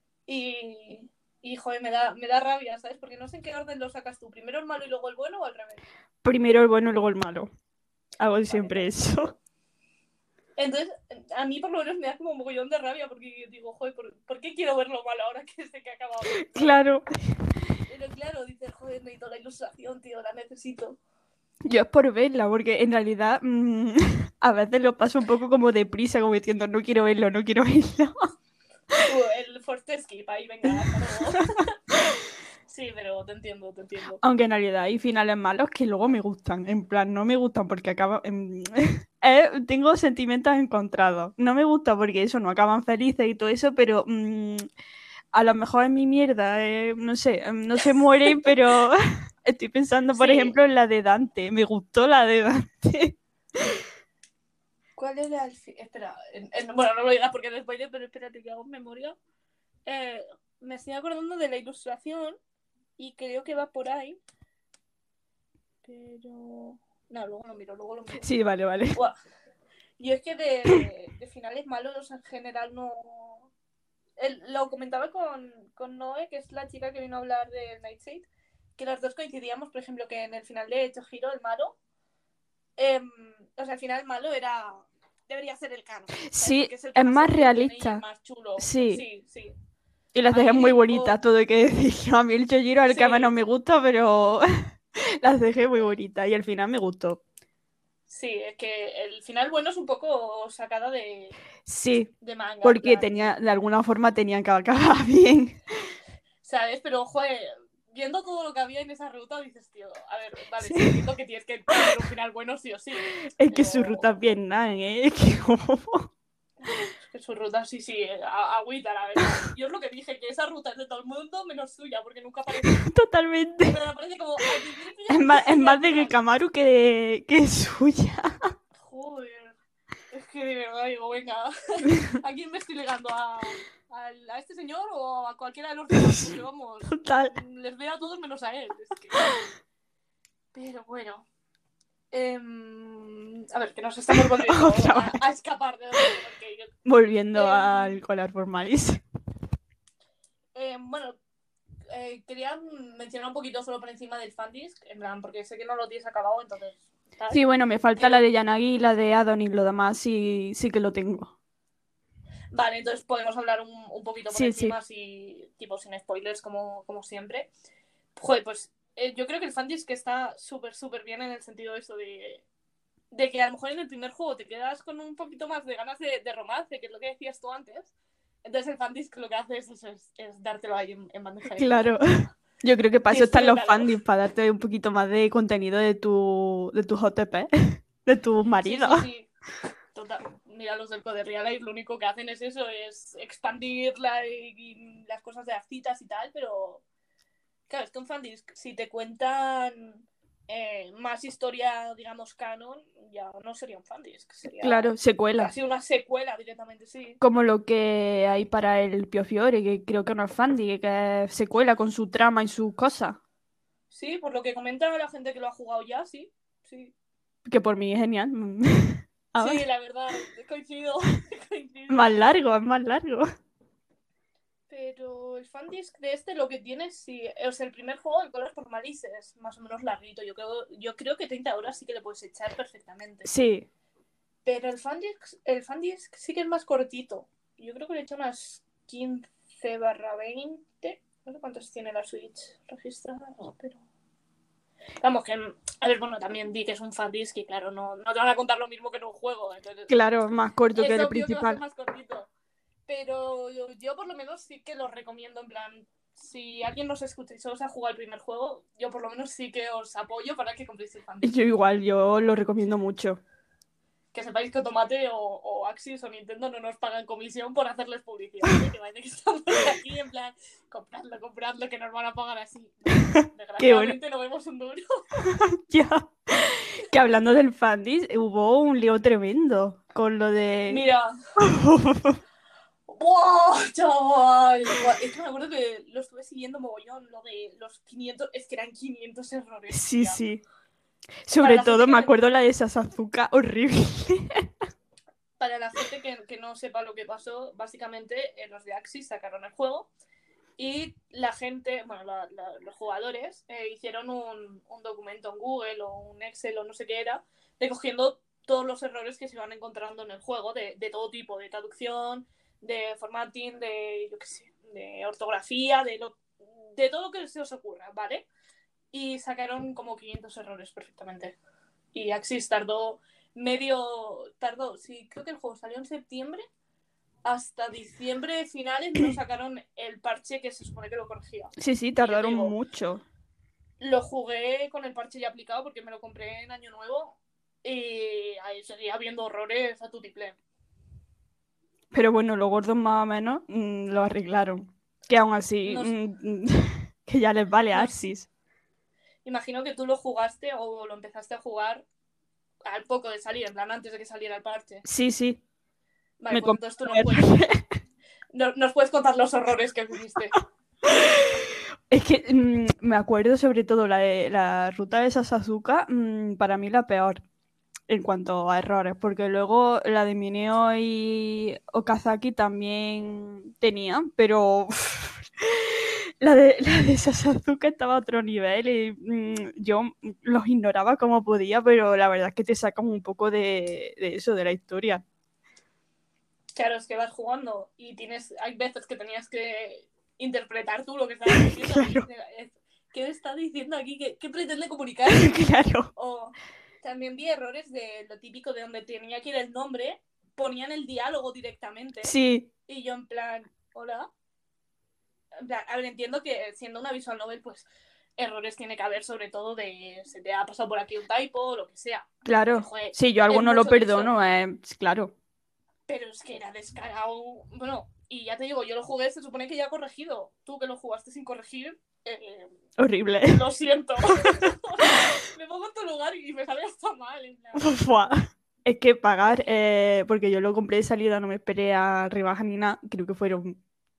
Y joder, me da rabia, ¿sabes? Porque no sé en qué orden lo sacas tú. Primero el malo y luego el bueno o al revés. Primero el bueno y luego el malo. Hago Vale, siempre vale. eso. Entonces, a mí por lo menos me da como un mogollón de rabia porque digo, joder, ¿por qué quiero ver lo malo ahora que sé que ha acabado bien, ¿sabes? Claro. Pero claro, dices, joder, necesito la ilustración, tío, la necesito. Yo es por verla, porque en realidad a veces lo paso un poco como deprisa, como diciendo, no quiero verlo, no quiero verlo. Tú, el Force Skip, ahí, venga, hasta luego. Sí, pero te entiendo, te entiendo. Aunque en realidad hay finales malos que luego me gustan. En plan, no me gustan porque acaban. Tengo sentimientos encontrados. No me gusta porque eso, no acaban felices y todo eso, pero a lo mejor es mi mierda. No sé, no se mueren, pero estoy pensando, por Sí. ejemplo, en la de Dante. Me gustó la de Dante. ¿Cuál era el Espera, bueno, no lo digas porque es spoiler, pero espérate que hago memoria. Me estoy acordando de la ilustración y creo que va por ahí. Pero. No, luego lo miro, luego lo miro. Sí, vale, vale. Buah. Yo es que de finales malos en general no. Lo comentaba con Noé, que es la chica que vino a hablar de Nightshade, que los dos coincidíamos, por ejemplo, que en el final de Chihiro, el malo, o sea, el final malo debería ser el canon, ¿sabes? Sí, Porque es el que es más más sentido tiene y el realista. más chulo. Sí. Sí, sí. Y las A dejé mí muy el bonitas, todo hay que decir. A mí el Chojiro es el que menos Sí, me gusta, pero las dejé muy bonitas y al final me gustó. sí, es que el final bueno es un poco sacada Sí, de manga, en porque plan, tenía, de alguna forma tenían que acabar bien. ¿sabes? Pero, joder, viendo todo lo que había en esa ruta, dices, tío, a ver, vale, Sí. sí, entiendo que tienes que tener un final bueno sí o sí, Es que su ruta es pero bien nada, ¿eh? Es que como... es que su ruta sí, sí, agüita, la verdad. Yo es lo que dije, que esa ruta es de todo el mundo menos suya, porque nunca aparece. Totalmente. Pero aparece como al principio Es y al más de que final. Kamaru que suya. Joder, es que de verdad digo, venga, ¿a quién me estoy ligando? ¿A este señor o a cualquiera de los demás? Porque vamos, Total. les veo a todos menos a él. Es que... Pero bueno. A ver, que nos estamos volviendo Otra a vez. escapar de donde tenemos que ir. Volviendo Em, al Colar Formalis. bueno, quería mencionar un poquito solo por encima del Fandisc, en plan, porque sé que no lo tienes acabado, entonces, tal. Sí, bueno, me falta la Que, de Yanagi y la de Adonis, lo demás sí, sí que lo tengo. vale, entonces podemos hablar un poquito por Sí, sí. encima, tipo sin spoilers, como siempre. Joder, pues yo creo que el Fandisc está súper, súper bien en el sentido de eso de que a lo mejor en el primer juego te quedas con un poquito más de ganas de romance, que es lo que decías tú antes. Entonces el Fandisc lo que hace es dártelo ahí en bandeja de plata. Claro. Yo creo que para eso están los Disfrútalo. fandings, para darte un poquito más de contenido de tu JP, de tu Sí, marido. sí, sí. Total. Mira, los del Code Real Life lo único que hacen es eso, es expandir y las cosas de las citas y tal, pero claro, es que un Fandisc, si te cuentan más historia, digamos, canon, ya no sería un Fandisc, sería Claro, secuela. casi una secuela directamente, sí. Como lo que hay para el Pio Fiore, que creo que no es fanding, que es secuela con su trama y sus cosas. Sí, por lo que comenta la gente que lo ha jugado ya, sí. Sí, Que por mí es genial. A ver, sí, la verdad, coincido, coincido, más pero... largo, es más largo. Pero el Fandisc de este lo que tiene, sí, o sea, el primer juego, el Colors por Malice, es más o menos larguito. Yo creo que 30 horas sí que le puedes echar perfectamente. Sí, Pero el Fandisc sí que es más cortito. Yo creo que le he hecho unas 15/20. No sé cuántos tiene la Switch registrada, pero... Vamos, que... A ver, bueno, también di que es un Fandisc y claro, no te van a contar lo mismo que en un juego. Entonces, claro, más corto que es el obvio que va a ser principal. más cortito. Pero yo por lo menos sí que lo recomiendo, en plan, si alguien nos escucha y solo se ha jugado el primer juego, yo por lo menos sí que os apoyo para que compréis el Fandisc. Yo igual, yo lo recomiendo mucho. Que sepáis que Tomate o Axis o Nintendo no nos pagan comisión por hacerles publicidad, ¿eh? Que vaya que estamos aquí en plan, compradlo, que nos van a pagar así. No, Qué bueno. desgraciadamente no vemos un duro. Ya. Que hablando del fandis, hubo un lío tremendo con lo de... Mira, ¡wow, chaval! Buah, es que me acuerdo que lo estuve siguiendo mogollón, lo de los 500, es que eran 500 errores, Sí, tía. sí. Para Sobre la gente todo me que, acuerdo la de Sasazuka, horrible. para la gente que no sepa lo que pasó, básicamente los de Axis sacaron el juego y la gente, bueno, los jugadores hicieron un documento en Google o un Excel o no sé qué era, recogiendo todos los errores que se iban encontrando en el juego de todo tipo, de traducción, de formatting, de, yo qué sé, de ortografía, de todo lo que se os ocurra, ¿vale? Y sacaron como 500 errores perfectamente. Y Axis tardó, sí, creo que el juego salió en septiembre, hasta diciembre finales no sacaron el parche que se supone que lo corregía. Sí, sí, Y yo te tardaron digo, mucho. lo jugué con el parche ya aplicado porque me lo compré en Año Nuevo y ahí seguía viendo horrores a tutiplén. Pero bueno, los gordos más o menos lo arreglaron. Que aún así, Nos, que ya les vale nos, Axis. imagino que tú lo jugaste o lo empezaste a jugar al poco de salir, en plan antes de que saliera el parche. Sí, sí, Vale, me pues compré entonces tú un error. nos puedes contar los horrores que viviste. Es que me acuerdo sobre todo la ruta de Sasazuka, para mí la peor en cuanto a errores, porque luego la de Mineo y Okazaki también tenía, pero la de Sasazuka estaba a otro nivel y yo los ignoraba como podía, pero la verdad es que te sacan un poco de eso, de la historia. Claro, es que vas jugando y hay veces que tenías que interpretar tú lo que estabas diciendo. Claro. ¿Qué está diciendo aquí? ¿Qué pretende comunicar? Claro. O también vi errores de lo típico de donde tenía que ir el nombre, ponían el diálogo directamente. Sí, Y yo en plan, hola. En plan, a ver, entiendo que siendo una visual novel, pues errores tiene que haber, sobre todo de se te ha pasado por aquí un typo o lo que sea. Que, claro. joder, Sí, yo es algo no lo mucho de eso. perdono, claro. Pero es que era descarado. Bueno, y ya te digo, yo lo jugué, se supone que ya corregido. Tú que lo jugaste sin corregir, Horrible. lo siento. Me pongo en tu lugar y me sale hasta mal. En plan. Fua. Es que pagar, porque yo lo compré de salida, no me esperé a rebaja ni nada, creo que fueron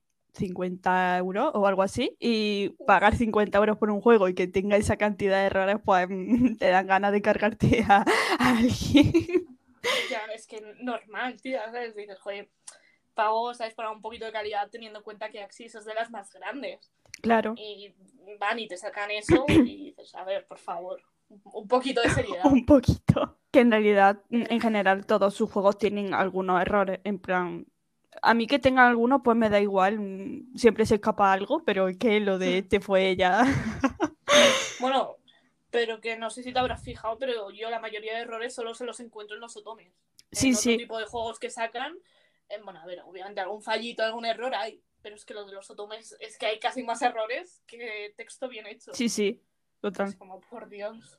50 euros o algo así, y pagar 50 euros por un juego y que tenga esa cantidad de errores, pues te dan ganas de cargarte a alguien. Ya, es que normal, tío. ¿Sabes? Dices, joder, pago, ¿sabes? Para un poquito de calidad, teniendo en cuenta que Axis es de las más grandes. Claro, Y van y te sacan eso y dices, a ver, por favor, un poquito de seriedad. un poquito. Que en realidad, Pero, en general, todos sus juegos tienen algunos errores, en plan... A mí que tenga algunos, pues me da igual, siempre se escapa algo, pero es que lo de este fue ya... bueno, pero que no sé si te habrás fijado, pero yo la mayoría de errores solo se los encuentro en los otomes. Sí, En otro sí, tipo de juegos que sacan, bueno, a ver, obviamente algún fallito, algún error hay, pero es que lo de los otomes es que hay casi más errores que texto bien hecho. sí, sí, Es total. como, por Dios.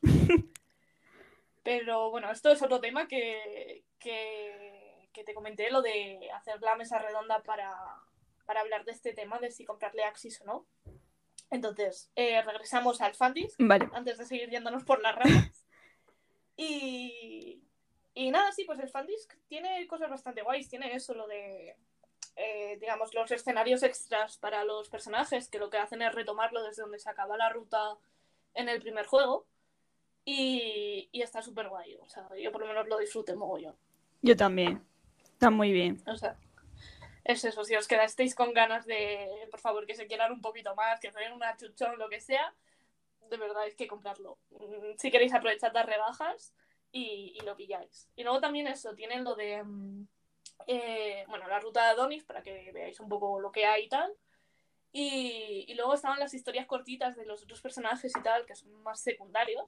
Pero bueno, esto es otro tema que te comenté, lo de hacer la mesa redonda para hablar de este tema, de si comprarle Axis o no. Entonces, regresamos al Fandisk, Vale. antes de seguir yéndonos por las ramas. Y, y nada, sí, pues el Fandisk tiene cosas bastante guays. Tiene eso, lo de, digamos, los escenarios extras para los personajes, que lo que hacen es retomarlo desde donde se acaba la ruta en el primer juego. Y está súper guay. O sea, yo por lo menos lo disfruté mogollón. Yo también. Está muy bien. O sea, es eso. Si os quedasteis con ganas de, por favor, que se quieran un poquito más, que den una chuchón, lo que sea, de verdad es que comprarlo. Si queréis aprovechar las rebajas y lo pilláis. Y luego también eso, tienen lo de, bueno, la ruta de Adonis para que veáis un poco lo que hay y tal. Y luego estaban las historias cortitas de los otros personajes y tal, que son más secundarios.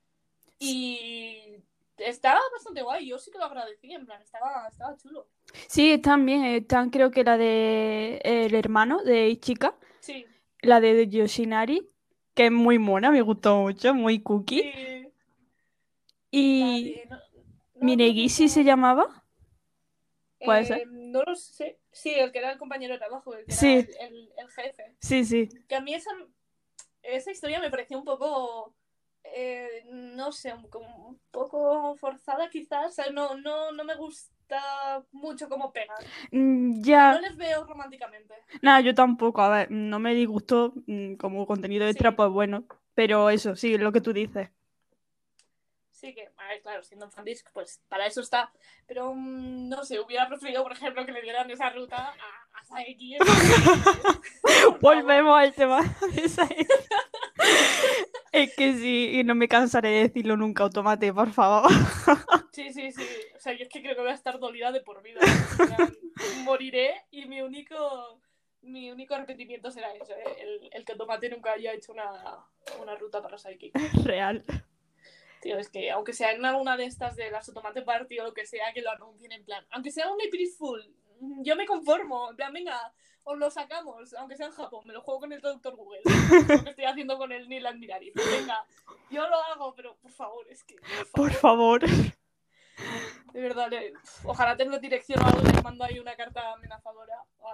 Y estaba bastante guay, yo sí que lo agradecí, en plan, estaba chulo. Sí, están bien. Están, creo que la de el hermano de Ichika, Sí, la de Yoshinari, que es muy mona, me gustó mucho, muy cookie. sí. La Y de. No me acuerdo cómo se Minegishi se llama. llamaba, puede ser. No lo sé. Sí, el que era el compañero de trabajo, el que era Sí, el jefe. sí, sí. Que a mí esa historia me pareció un poco. No sé, como un poco forzada quizás. O sea, no me gusta mucho cómo pegan. No Ya, les veo románticamente. nada, yo tampoco, a ver, no me disgustó como contenido extra, Sí, pues bueno, pero eso, sí, lo que tú dices. sí que, a ver, claro, siendo un fandisk, pues para eso está. Pero no sé, hubiera preferido, por ejemplo, que le dieran esa ruta a Saeki en vez de por favor. Volvemos al tema de Saeki. Es que sí, y no me cansaré de decirlo nunca, automate, por favor. Sí, sí, sí. O sea, yo es que creo que voy a estar dolida de por vida. En plan, moriré y mi único arrepentimiento será eso, el que Tomate nunca haya hecho una ruta para Saiki. Real. Tío, es que aunque sea en alguna de estas de las Otomate Party o lo que sea, que lo anuncien en plan, aunque sea un April Fool, yo me conformo, en plan, venga, os lo sacamos, aunque sea en Japón, me lo juego con el traductor Google, lo que estoy haciendo con el Neil Admirari, pues venga, yo lo hago, pero por favor, es que, Por favor. de verdad, ojalá tenga dirección o algo y les mando ahí una carta amenazadora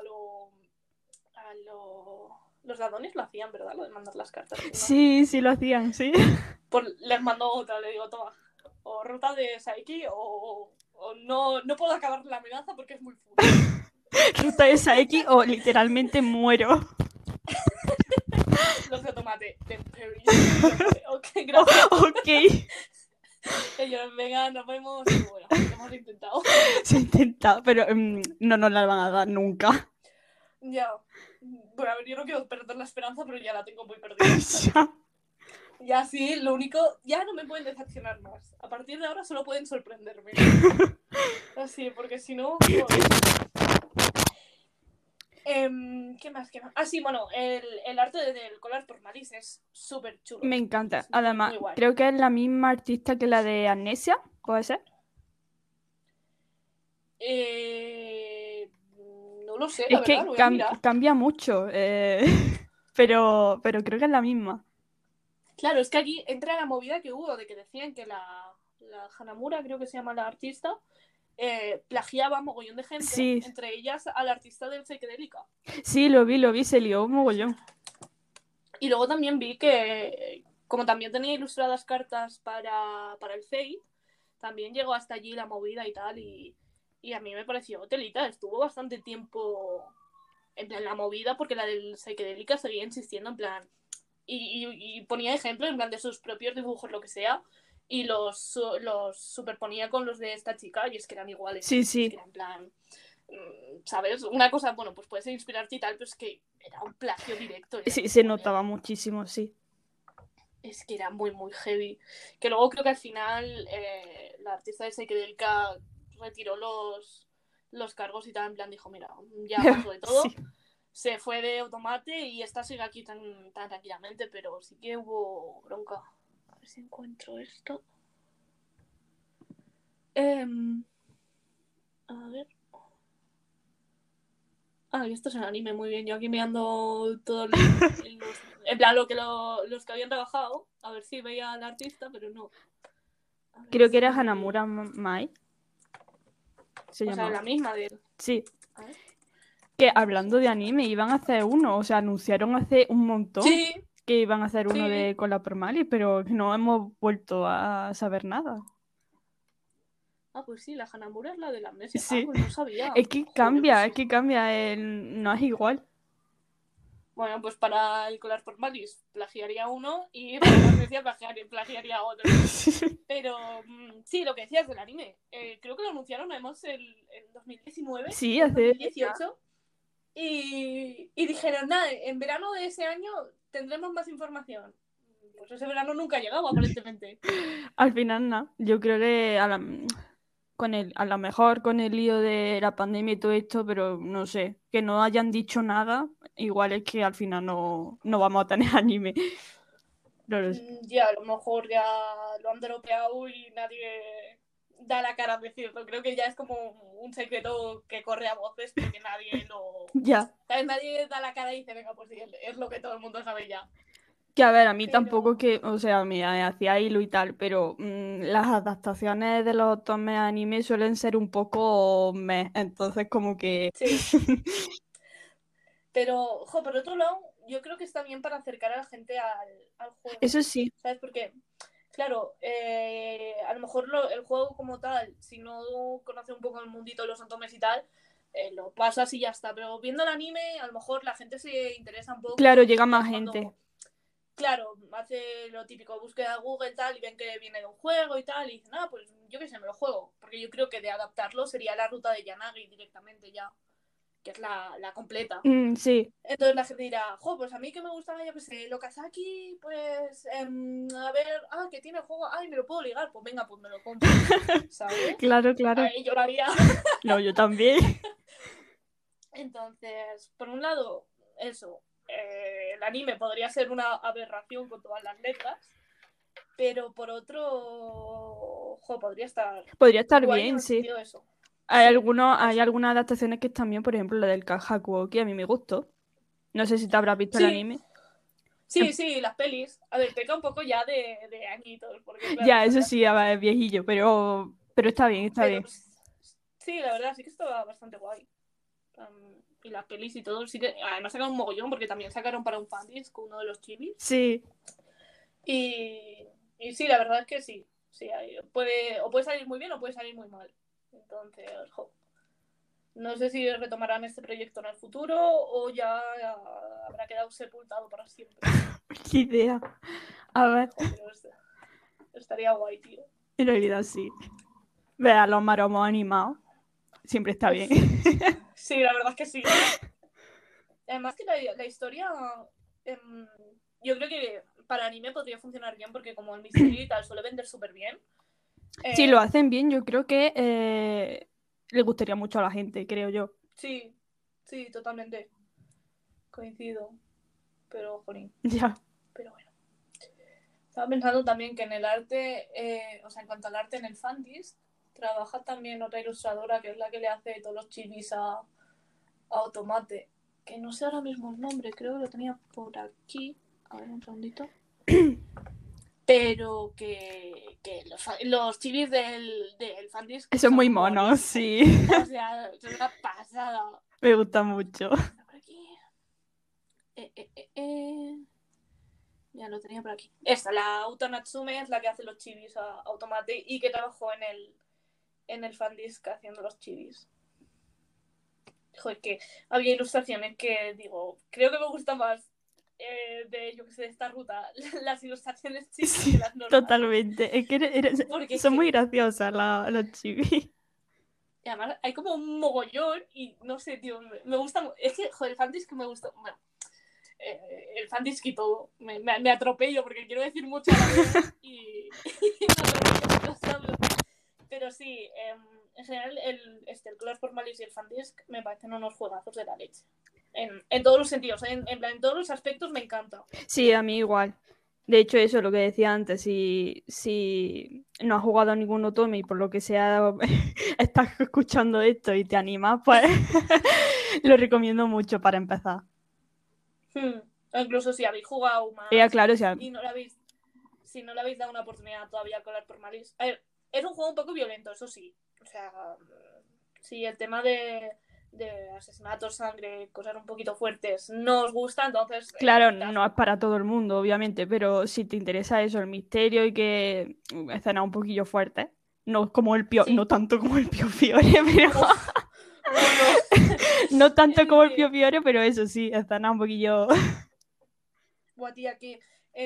los ladrones lo hacían, ¿verdad? Lo de mandar las cartas. ¿No? Sí, lo hacían, sí. Pues les mando otra, le digo, toma, o ruta de Saiki o no puedo acabar la amenaza porque es muy fuerte. Ruta de Saeki o literalmente muero. Los de tomate, de Perry. Ok, gracias. Ok. Ellos, venga, nos vemos. Y bueno, lo hemos intentado. Se intenta, pero no nos la van a dar nunca. Ya. Bueno, a ver, yo no quiero perder la esperanza, pero ya la tengo muy perdida. Ya. Ya sí, lo único, ya no me pueden decepcionar más. A partir de ahora solo pueden sorprenderme. Así, porque si no... ¿Qué más? Ah, sí, bueno, el arte del collar por Malice es súper chulo. Me encanta. Es Además, muy guay. creo que es la misma artista que la de Amnesia, ¿puede ser? No lo sé, la Es verdad, que lo voy a mirar. cambia mucho, pero creo que es la misma. Claro, es que aquí entra la movida que hubo de que decían que la Hanamura, creo que se llama la artista, plagiaba a mogollón de gente, Sí. entre ellas al artista del Psychedelica. Sí, lo vi, se lió un mogollón. Y luego también vi que, como también tenía ilustradas cartas para el Fate, también llegó hasta allí la movida y tal, y a mí me pareció telita, estuvo bastante tiempo en plan la movida, porque la del Psychedelica seguía insistiendo en plan, y ponía ejemplos en plan de sus propios dibujos, lo que sea, y los superponía con los de esta chica, y es que eran iguales. Sí. Es que era en plan, ¿sabes? Una cosa, bueno, pues puedes inspirarte y tal, pero es que era un plagio directo. Sí, se notaba muchísimo, sí. Es que era muy, muy heavy. Que luego creo que al final la artista de Psychedelica retiró los cargos y tal, en plan dijo, mira, ya pasó de todo. Sí. Se fue de Automate y esta sigue aquí tan tranquilamente, pero sí que hubo bronca. A ver si encuentro esto. A ver. Ah, y esto es el anime, muy bien. Yo aquí mirando todo en plan, los que habían trabajado, a ver si veía al artista, pero no. Creo que era Hanamura Mai. Se o llamaba. sea, la misma de él. Sí. Que hablando de anime, iban a hacer uno, o sea, anunciaron hace un montón que iban a hacer uno de Cola por Mali, pero no hemos vuelto a saber nada. Ah, pues sí, la Hanamura es la de la amnesia. Sí. Ah, pues no sabía. Es que cambia, pues sí. no es igual. Bueno, pues para el Colar por Malis plagiaría uno y para la amnesia plagiaría otro. Pero sí, lo que decías del anime. Creo que lo anunciaron además en 2019. Sí, o hace 2018. Y dijeron, nada, en verano de ese año tendremos más información. Pues ese verano nunca ha llegado, aparentemente. Al final, no. Yo creo que a lo mejor con el lío de la pandemia y todo esto, pero no sé, que no hayan dicho nada, igual es que al final no vamos a tener anime. No lo sé. Ya, a lo mejor ya lo han dropeado y nadie da la cara a decirlo. Creo que ya es como un secreto que corre a voces porque nadie lo... Ya. ¿Sabes? Nadie da la cara y dice, venga, pues sí, es lo que todo el mundo sabe ya. Que a ver, a mí tampoco que, o sea, me hacía hilo y tal, pero las adaptaciones de los tomes anime suelen ser un poco entonces como que... Sí. Pero, por otro lado, yo creo que está bien para acercar a la gente al juego. Eso sí. ¿Sabes? Porque, claro, a lo mejor el juego como tal, si no conoce un poco el mundito de los antomes y tal, lo pasas y ya está. Pero viendo el anime, a lo mejor la gente se interesa un poco. Claro, llega más gente. Claro, hace lo típico, búsqueda de Google y tal, y ven que viene de un juego y tal, y dicen, pues yo qué sé, me lo juego. Porque yo creo que de adaptarlo sería la ruta de Yanagi directamente ya, que es la completa. Sí. Entonces la gente dirá, pues a mí que me gustaba, yo qué sé, lo Kazaki, pues, a ver, que tiene el juego, me lo puedo ligar, pues venga, pues me lo compro, ¿sabes? Claro. Ahí yo lo haría. No, yo también. Entonces, por un lado, eso, el anime podría ser una aberración con todas las letras, Pero por otro, podría estar Podría estar guay en bien, el sí. sentido de eso. Hay Sí, hay eso. algunas adaptaciones que están bien, por ejemplo, la del Hakuoki, a mí me gustó. No sé si te habrás visto el Sí, anime. sí, sí, las pelis. A ver, peca un poco ya de añitos, porque claro, Ya, eso salió sí, hace ya es años. viejillo, pero está bien, está Pero bien. sí, la verdad, sí que estaba bastante guay. Y las pelis y todo, sí que. Además sacaron un mogollón, porque también sacaron para un fandisc uno de los chivis. Sí, Y sí, la verdad es que sí. Sí, puede salir muy bien o puede salir muy mal. Entonces, no sé si retomarán este proyecto en el futuro o ya habrá quedado sepultado para siempre. qué idea. A ver, Pero estaría guay, tío. en realidad sí. Ver a los maromos animados siempre está bien. Uf, sí, la verdad es que sí. Además que la historia, em, yo creo que para anime podría funcionar bien porque como el misterio y tal suele vender súper bien. Si lo hacen bien, yo creo que le gustaría mucho a la gente, creo yo. Sí, sí, totalmente. Coincido. Pero, jolín. Ya. Pero bueno. Estaba pensando también que en el arte, o sea, en cuanto al arte en el Fandis, trabaja también otra ilustradora que es la que le hace todos los chivis a Automate. Que no sé ahora mismo el nombre, creo que lo tenía por aquí. A ver, un segundito. Pero que los chivis del Fandis Eso es muy son mono, monísimos. sí. O sea, es una pasada. Me gusta mucho. Está por aquí. Ya lo tenía por aquí. Esta, la Auto Natsume, es la que hace los chivis a Automate y que trabajó en el Fandisc haciendo los chivis. Joder, que había ilustraciones que digo, creo que me gusta más yo que sé, de esta ruta, las ilustraciones chivis que Sí, las normales. totalmente. Es que Porque es son muy que, graciosas los chivis. y además hay como un mogollón y no sé, tío, me gusta. Es que, joder, el Fandisc me gusta. Bueno, el Fandisc y todo. Me atropello porque quiero decir mucho a la vez y me atropello mientras hablo. Pero sí, en general el Color Formalis y el Fandisc me parecen unos juegazos de la leche. En todos los sentidos, en todos los aspectos me encanta. Sí, a mí igual. De hecho, eso es lo que decía antes. Si no has jugado a ningún Otome y por lo que sea estás escuchando esto y te animas, pues lo recomiendo mucho para empezar. Incluso si habéis jugado Ya, más claro, o sea, y si no le habéis dado una oportunidad todavía a Color Formalis. A ver, es un juego un poco violento, eso sí. O sea, si el tema de asesinatos, sangre, cosas un poquito fuertes no os gusta, entonces claro, no es quitadlo. para todo el mundo, obviamente, pero si te interesa eso, el misterio y que escena un poquillo fuerte, no como no Sí. tanto como el Pio Fiore, pero Uf, bueno, no tanto como es el Pio que, Fiore, pero eso sí, escena un poquillo. buah, tía, que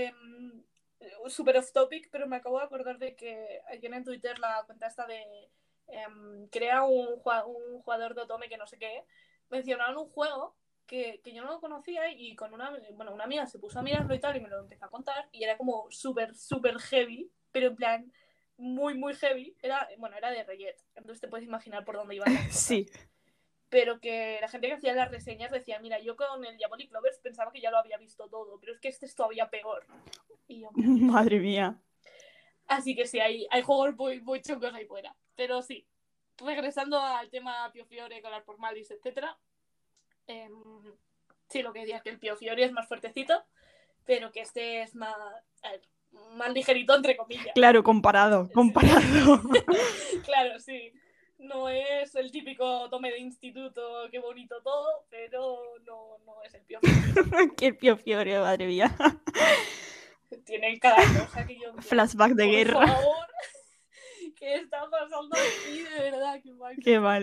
super off topic, pero me acabo de acordar de que ayer en Twitter la cuenta esta de crea un jugador de Otome que no sé qué, mencionaron un juego que yo no lo conocía y con una amiga se puso a mirarlo y tal y me lo empezó a contar y era como súper, súper heavy, pero en plan muy, muy heavy. Era de Reyet, entonces te puedes imaginar por dónde iban las Sí, cosas. Pero que la gente que hacía las reseñas decía, mira, yo con el Diabolic Lovers pensaba que ya lo había visto todo, pero es que este es todavía peor. Y yo, en plan, Dios madre mío. mía. Así que sí, hay juegos muy, muy chungos ahí fuera. Pero sí, regresando al tema Pio Fiore, Colar por Malis, etc. Eh, sí, lo que decía es que el Pio Fiore es más fuertecito, pero que este es más ligerito, entre comillas. Claro, comparado. Claro, sí. No es el típico tome de instituto, qué bonito todo, pero no es el Pio Fiore. Qué Pio Fiore, madre mía. Tiene cada cosa que yo, en plan, Flashback de por guerra. favor, ¿qué está pasando aquí? De verdad, qué mal. Qué mal.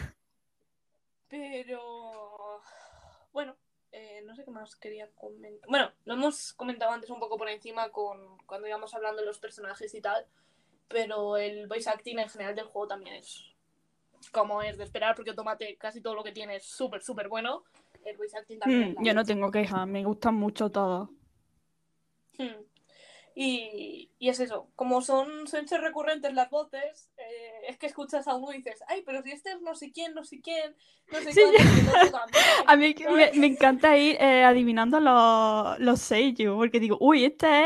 Pero, bueno, no sé qué más quería comentar. Bueno, lo hemos comentado antes un poco por encima cuando íbamos hablando de los personajes y tal, pero el voice acting en general del juego también es como es de esperar, porque Tomate casi todo lo que tiene es súper, súper bueno. El voice acting también es la Yo no leche. tengo quejas, me gustan mucho todos. Hmm. Y es eso, como suelen ser recurrentes las voces, es que escuchas a uno y dices, ay, pero si este es no sé quién, no sé quién, no sé Sí, cuánto, y el otro también. a mí me encanta ir adivinando los seiyuu, porque digo, uy,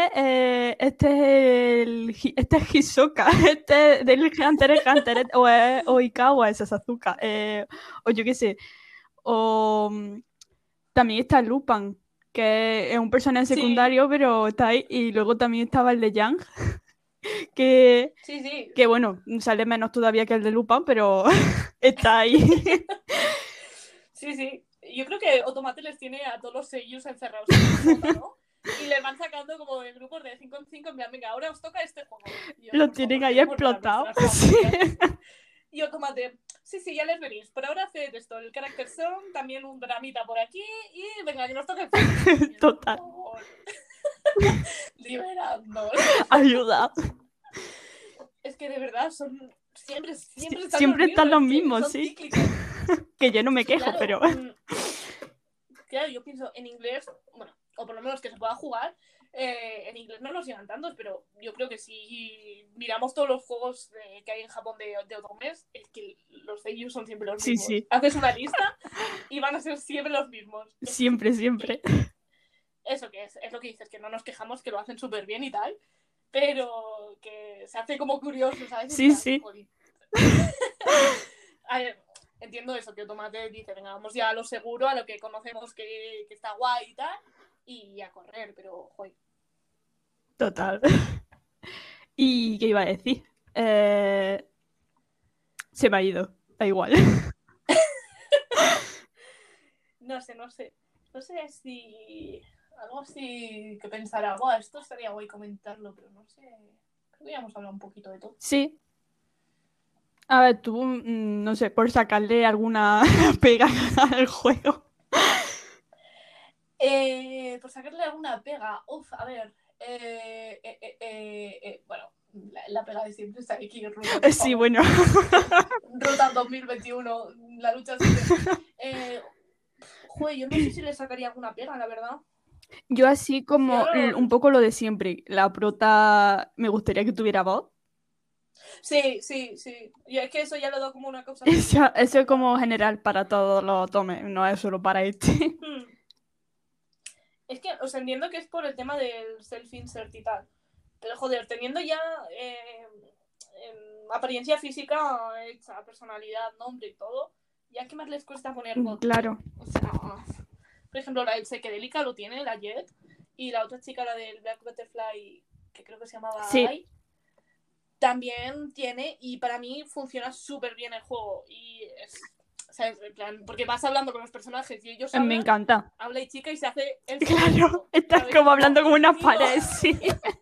este es Hisoka, este es del Hunter x Hunter, o es Oikawa, es Sasuke, o yo qué sé, o también está Lupin, que es un personaje Sí, secundario, pero está ahí, y luego también estaba el de Yang, que, sí, sí. que bueno, sale menos todavía que el de Lupin, pero está ahí. Sí, sí. Yo creo que Otomate les tiene a todos los seiyus encerrados en un sótano y les van sacando como en grupos de 5 en 5 en plan, venga, ahora os toca este juego. Y yo, Lo por tienen favor, ahí queremos ver a explotado. nuestras Sí. familias. Y Otomate, sí, sí, ya les veréis. Por ahora haced esto, el character song, también un dramita por aquí y venga, que nos toque el juego. Y yo, Total. por favor, liberadnos. Ayuda. Es que de verdad son... Siempre están los Siempre mismos, están los es que mismos, son sí. cíclicos. Que yo no Es me que quejo, claro, pero. claro, yo pienso en inglés, bueno, o por lo menos que se pueda jugar, en inglés no nos llegan tantos, pero yo creo que si miramos todos los juegos que hay en Japón de otomes, es que los seiyuu son siempre los Sí, mismos. sí. Haces una lista y van a ser siempre los mismos. Siempre, siempre. Eso que es lo que dices, que no nos quejamos, que lo hacen súper bien y tal, pero que se hace como curioso, ¿sabes? Sí, sí. A ver, entiendo eso, que Tomate dice, venga, vamos ya a lo seguro, a lo que conocemos que está guay y tal, y a correr, pero, joder. Total. ¿Y qué iba a decir? Se me ha ido. Da igual. No sé. No sé si algo así que pensara, Buah, esto estaría guay comentarlo, pero no sé. Creo que ya hemos hablado un poquito de todo. Sí. A ver, tú, no sé, por sacarle alguna pega al juego. Por sacarle alguna pega, a ver. Bueno, la pega de siempre está aquí, Ruta, por Sí, favor. bueno. Ruta 2021, la lucha siempre. Joder, yo no sé si le sacaría alguna pega, la verdad. Yo así como Prefiero... un poco lo de siempre. La prota me gustaría que tuviera voz. Sí. Y es que eso ya lo doy como una cosa. Eso es como general para todos los tomes, no es solo para este. Es que os entiendo que es por el tema del self-insert y tal. Pero joder, teniendo ya apariencia física hecha, personalidad, nombre y todo, ya que más les cuesta poner voz. Claro. O sea, por ejemplo, la del Psychedelica lo tiene, la Jet, y la otra chica, la del Black Butterfly, que creo que se llamaba Sí. Ai, también tiene, y para mí funciona súper bien el juego. Y es, ¿sabes? En plan, porque vas hablando con los personajes y ellos hablan, Me encanta. habla y chica y se hace el Claro, silencio, estás ¿sabes? como hablando como una tío. pared, sí.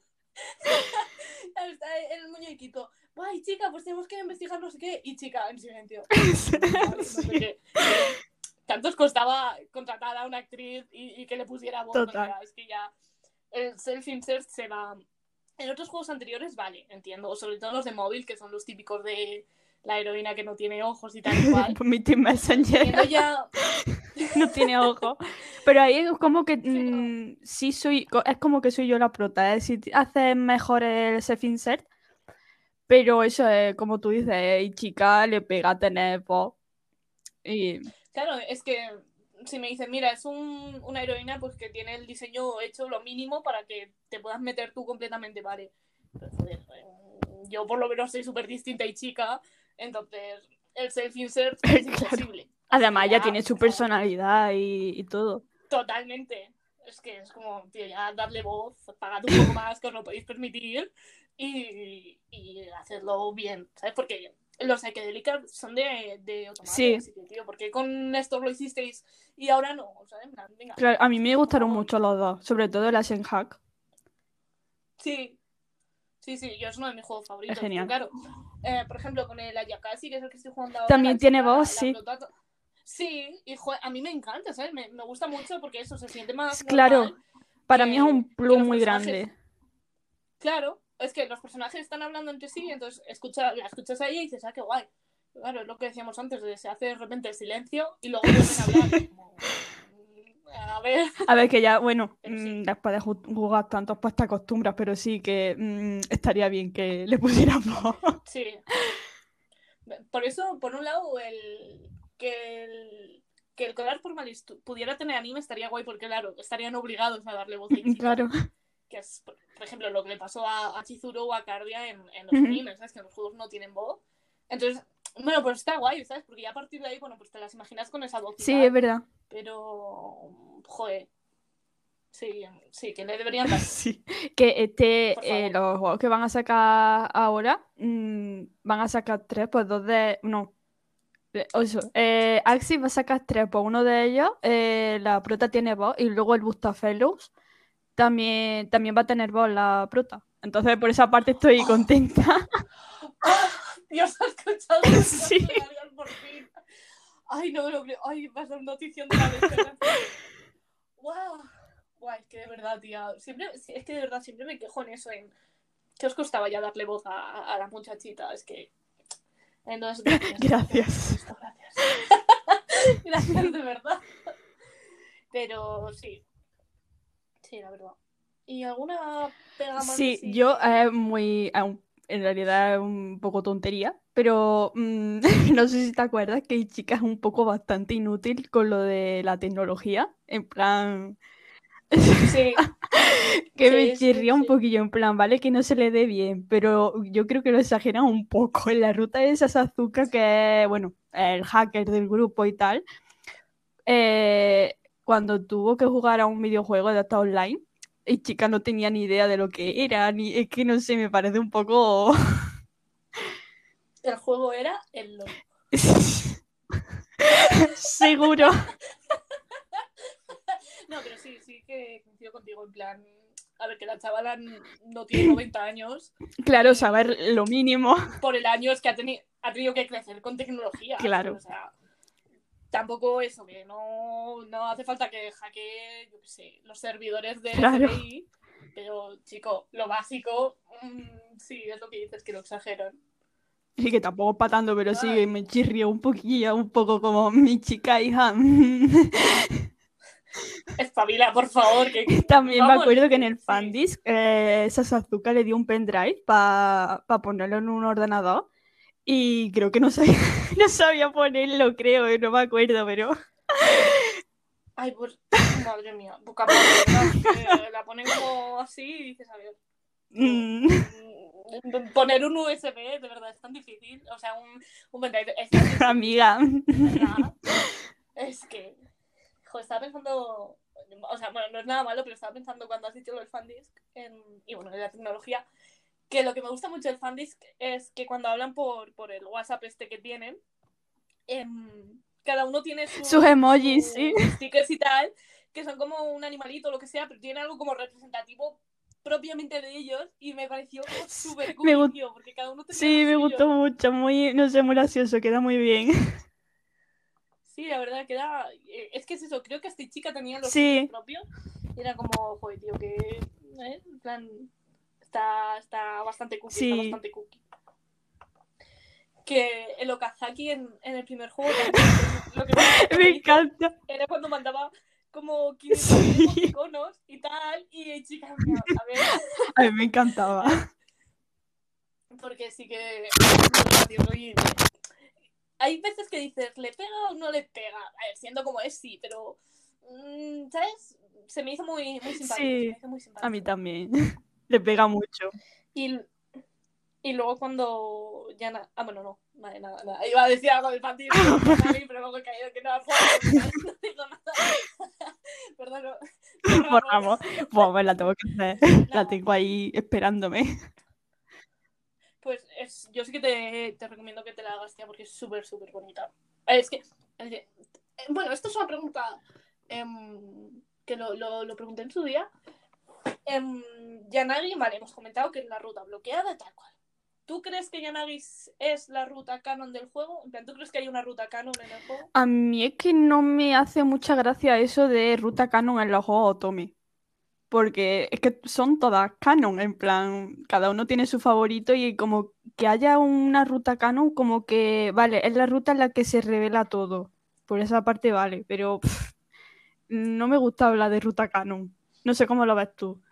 Está el muñequito. Guay, chica, pues tenemos que investigar no sé qué. Y chica, en silencio. Sí. No sé qué. Tanto os costaba contratar a una actriz y que le pusiera voz. Total. O sea, es que ya el self-insert se va. En otros juegos anteriores, vale, entiendo. Sobre todo los de móvil, que son los típicos de la heroína que no tiene ojos y tal y cual. Mi Team Messenger. Ya... No tiene ojos. Pero ahí es como que Pero... sí soy. Es como que soy yo la prota. Es decir, haces mejor el self-insert. Pero eso es, como tú dices, y chica le pega a tener voz. Y Claro, es que si me dicen, mira, es una heroína pues que tiene el diseño hecho lo mínimo para que te puedas meter tú completamente, vale. Pero, joder, yo por lo menos soy súper distinta y chica, entonces el self-insert es imposible. Claro. Además, Ya, ella tiene su personalidad y todo. Totalmente. Es que es como, tío, ya darle voz, pagad un poco más que os lo podéis permitir y hacerlo bien, ¿sabes? Porque los psicodélicos son de Otomate, Sí. así que, tío, ¿por qué con esto lo hicisteis y ahora no? ¿Sabes? Venga, Claro, a mí me gustaron por favor. mucho los dos, sobre todo el Ashen Hack. Sí, yo es uno de mis juegos favoritos. Es genial. Pero claro, por ejemplo, con el Ayakashi, que es el que estoy jugando ahora. También tiene chica, voz, sí. Sí, y a mí me encanta, ¿sabes? Me gusta mucho porque eso se siente más Claro, normal. para mí es un plus muy grande. Claro, es que los personajes están hablando entre sí, entonces la escuchas a ella y dices, ah, qué guay. Claro, es lo que decíamos antes, se hace de repente el silencio y luego vuelven a hablar. Como, a ver. A ver, que ya, bueno, Pero sí. después de jugar tantos, pues te acostumbras, pero sí que estaría bien que le pusieran voz. Sí. Por eso, por un lado, que el Colar Formalis pudiera tener anime estaría guay porque, claro, estarían obligados a darle voz a Ichika. Claro. Que es, por ejemplo, lo que le pasó a Chizuru o a Cardia en los Ujú. animes, ¿sabes? Que en los juegos no tienen voz. Entonces, bueno, pues está guay, ¿sabes? Porque ya a partir de ahí, bueno, pues te las imaginas con esa voz y Sí, es tal. verdad. Pero, joder, sí, sí, que le deberían dar voz, Sí. Que por favor. los juegos que van a sacar ahora, van a sacar tres, pues dos de. No. Eso. Axis va a sacar tres, pues uno de ellos, la prota tiene voz, y luego el Bustafellows también va a tener voz la prota. Entonces, por esa parte estoy contenta. ¡Oh! Dios, ha escuchado el Sí. de Gargan por fin. Ay, no me lo creo. Ay, va a ser notición de la leche. ¡Wow! Guay, es que de verdad, tía. Siempre, es que de verdad siempre me quejo en eso, en ¿qué os costaba ya darle voz a la muchachita? Es que. Entonces, gracias. Gracias. Gracias. Gracias, de verdad. Pero sí. Sí, la verdad. ¿Y alguna pega más Sí, así yo que.? en realidad es un poco tontería, pero no sé si te acuerdas que Chica es un poco bastante inútil con lo de la tecnología, en plan, Sí, que me sí, sí, chirría un sí. poquillo, en plan, vale que no se le dé bien, pero yo creo que lo exageran un poco en la ruta de Sasuke, que es, bueno, el hacker del grupo y tal, cuando tuvo que jugar a un videojuego de hasta online. Y chica no tenía ni idea de lo que era, ni es que no sé, me parece un poco. El juego era el LOL. Seguro. No, pero sí, sí que coincido contigo. En plan, a ver, que la chavala no tiene 90 años Claro, saber y lo mínimo. por el año es que ha tenido que crecer con tecnología. Claro. O sea, tampoco eso, que no hace falta que hackee, yo qué sé, los servidores del Claro. FBI. Pero, chico, lo básico, sí, es lo que dices, que lo exageran. Sí, que tampoco patando, pero sí que Ay, me chirrió un poquillo, un poco como mi chica hija. espabila, por favor, que También me vamos, es acuerdo que en que el sí. Fandisk, Sasuke le dio un pendrive para ponerlo en un ordenador y creo que no sabía, no sabía ponerlo, creo, no me acuerdo, pero. Ay, pues, madre mía, vocabulario, ¿verdad? Que la ponen como así y dices, a ver, tío, mm, poner un USB de verdad es tan difícil. O sea, un pendrive es tan difícil, amiga. de verdad. Es que, joder, estaba pensando, o sea, bueno, no es nada malo, pero estaba pensando cuando has dicho lo del fandisk y bueno, de la tecnología, que lo que me gusta mucho del fandisk es que cuando hablan por el WhatsApp este que tienen, cada uno tiene Sus emojis, sí. sus stickers y tal, que son como un animalito o lo que sea, pero tienen algo como representativo propiamente de ellos y me pareció como súper Me cookie, gustó. tío, porque cada uno tenía Sí, lo me gustó suyo. mucho, muy, no sé, muy gracioso, queda muy bien. Sí, la verdad que era. Es que es eso, creo que esta chica tenía los suyos Sí, propios y era como, joder, tío, que. En plan. Está bastante cookie, está sí, bastante cookie. Que el Okazaki en el primer juego también, lo que me encantó me cuando hizo encanta. era cuando mandaba como 500.000 Sí, emoticonos y tal, y chica, a ver, a mí me encantaba. porque sí que es muy gracioso y hay veces que dices, ¿le pega o no le pega? A ver, siendo como es, sí, pero, ¿sabes? Se me hizo muy, muy simpático, se me Sí, hizo muy a mí simpático. también. Le pega mucho. Y, y luego cuando ya bueno, no, vale, nada, nada. Iba a decir algo del Fantis con Yanari, pero luego he caído que no puedo terminar, no digo nada. Perdón, no, cerramos. Vamos, pues la tengo que hacer. La Nada, tengo ahí esperándome. pues yo sí que te recomiendo que te la hagas, tía, porque es súper, súper bonita. Es que, bueno, esto es una pregunta que lo pregunté en su día. Yanagi, vale, hemos comentado que es la ruta bloqueada, tal cual. ¿Tú crees que Yanagi es la ruta canon del juego? En plan, ¿tú crees que hay una ruta canon en el juego? A mí es que no me hace mucha gracia eso de ruta canon en los juegos Otome. Porque es que son todas canon, en plan, cada uno tiene su favorito y como que haya una ruta canon, como que, vale, es la ruta en la que se revela todo. Por esa parte vale, pero no me gusta hablar de ruta canon. No sé cómo lo ves tú.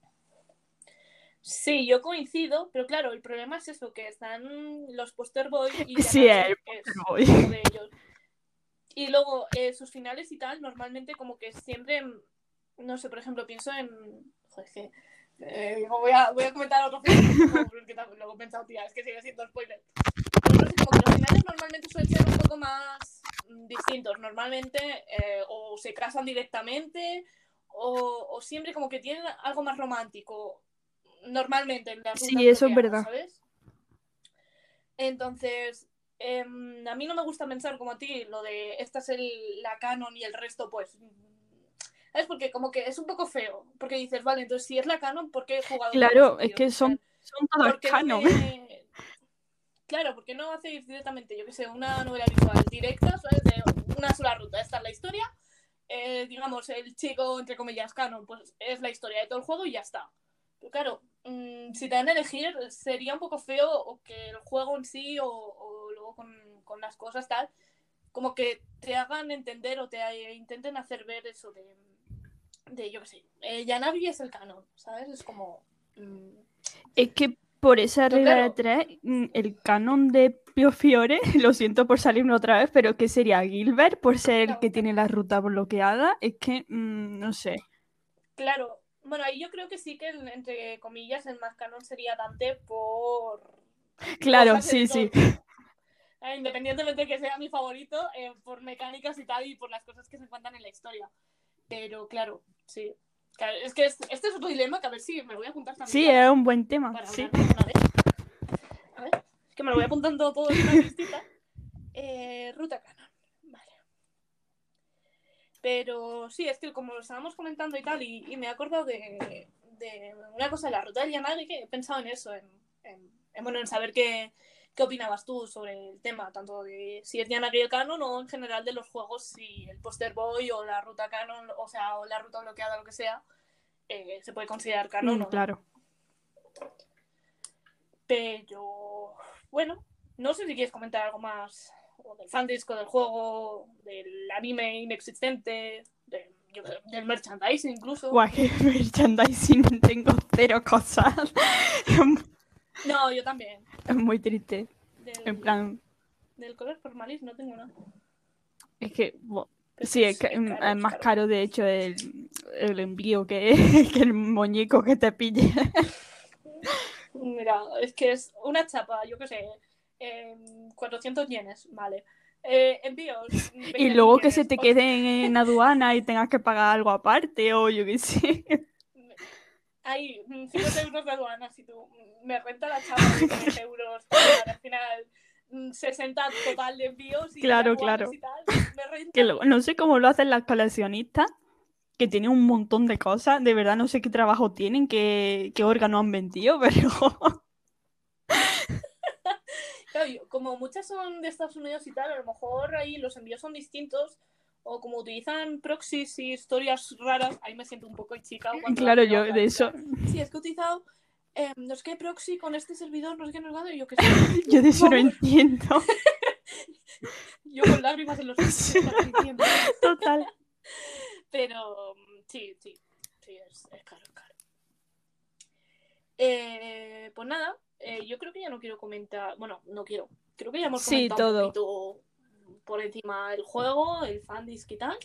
Sí, yo coincido, pero claro, el problema es eso, que están los Poster Boy y Sí, Yanagi el es Boy. uno de ellos. Y luego sus finales y tal, normalmente como que siempre, no sé, por ejemplo, pienso en... Joder, es que... voy a comentar otro final, que luego he pensado, tía, es que sigue siendo spoiler. Pero no sé, como que los finales normalmente suelen ser un poco más distintos. Normalmente o se casan directamente o siempre como que tienen algo más romántico. Normalmente en las rutas Sí, eso es bloqueadas, verdad. ¿sabes? Entonces, a mí no me gusta pensar como a ti lo de esta es la canon y el resto pues... ¿Sabes? Porque como que es un poco feo. Porque dices, vale, entonces si es la canon, ¿por qué he jugado todos los Claro, es vídeos? que En plan, son todas ¿por qué no canon. me... Claro, ¿por qué no hacéis directamente, yo que sé, una novela visual directa, ¿sabes? De una sola ruta. Esta es la historia. Digamos, el chico, entre comillas, canon, pues es la historia de todo el juego y ya está. Pero claro, si te dan a elegir, sería un poco feo o que el juego en sí o luego con las cosas tal, como que te hagan entender o te intenten hacer ver eso de yo qué sé, Yanabi es el canon, ¿sabes? Es como... Es que por esa Pero regla de claro, tres, el canon de Pio Fiore, lo siento por salirme otra vez, pero ¿qué sería Gilbert por ser el que tiene la ruta bloqueada? Es que, no sé. claro. Bueno, ahí yo creo que sí que, entre comillas, el más canon sería Dante por Claro, cosas de sí, todo sí. el juego. Independientemente de que sea mi favorito, por mecánicas y tal, y por las cosas que se cuentan en la historia. Pero claro, sí. Claro, es que este es otro dilema que a ver si me lo voy a apuntar también Sí, es un buen tema, para sí. hablarlo alguna vez. A ver, es que me lo voy apuntando todo en una listita. Ruta canon. Vale. Pero sí, es que como lo estábamos comentando y tal, y me he acordado de una cosa de la ruta del Yanagi, que he pensado en eso, bueno, en saber qué opinabas tú sobre el tema, tanto de si es Yanagi el canon o en general de los juegos, si el Poster Boy o la ruta canon, o sea, o la ruta bloqueada, lo que sea, se puede considerar canon o no. Claro. Pero bueno, no sé si quieres comentar algo más o del fandisco del juego, del anime inexistente, del merchandising incluso. Guau, que merchandising tengo cero cosas. No, yo también. Es muy triste. En Del, plan, del Color Formalis no tengo nada. es que, Pero sí, es, es caro, es es más caro. caro de hecho el envío que, que el muñeco que te pille. Mira, es que es una chapa, yo qué sé, 400 yenes, vale. Envíos, Y 20.000 luego que se yenes. te queden en aduana y tengas que pagar algo aparte o yo qué sé. Hay 50 euros de aduana, si tú me renta la chapa de 10 euros para pagar al final 60 total de envíos y Claro, aduanas claro. y tal, me Que renta. no sé cómo lo hacen las coleccionistas, que tienen un montón de cosas. De verdad no sé qué trabajo tienen, qué órgano han vendido, pero... Claro, como muchas son de Estados Unidos y tal, a lo mejor ahí los envíos son distintos o como utilizan proxies y historias raras, ahí me siento un poco chica cuando Claro, han llegado yo de plan, en eso... plan, sí, es que he utilizado no sé qué proxy con este servidor, no sé qué, no sé qué, y yo qué sé, Yo de por eso no favor. entiendo. Yo con lágrimas en los ojos, ¿qué estás diciendo? Total. Pero sí, es caro, es caro. Pues nada, yo creo que ya no quiero comentar, bueno, no quiero, creo que ya hemos Sí, comentado un todo. poquito por encima el juego, el fandisk y tal.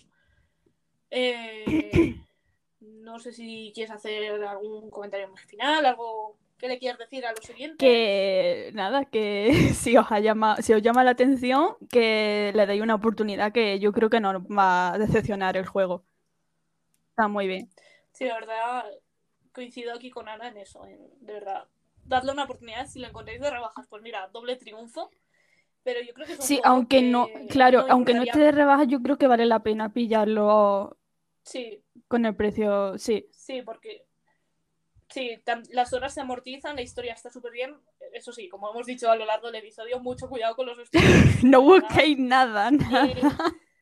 No sé si quieres hacer algún comentario más final, algo que le quieras decir a los oyentes. Que nada, que si os llama la atención, que le deis una oportunidad, que yo creo que no os va a decepcionar el juego. Está muy bien. Sí, de verdad, coincido aquí con Ana en eso, de verdad. Dadle una oportunidad si lo encontráis de rebajas. Pues mira, doble triunfo. Pero yo creo que es un Sí, juego aunque no, que a mí claro, no me aunque no esté importaría. de rebaja, yo creo que vale la pena pillarlo Sí, con el precio, sí. sí, porque sí, las horas se amortizan, la historia está súper bien. Eso sí, como hemos dicho a lo largo del episodio, mucho cuidado con los spoilers, No de verdad. busquéis nada, nada.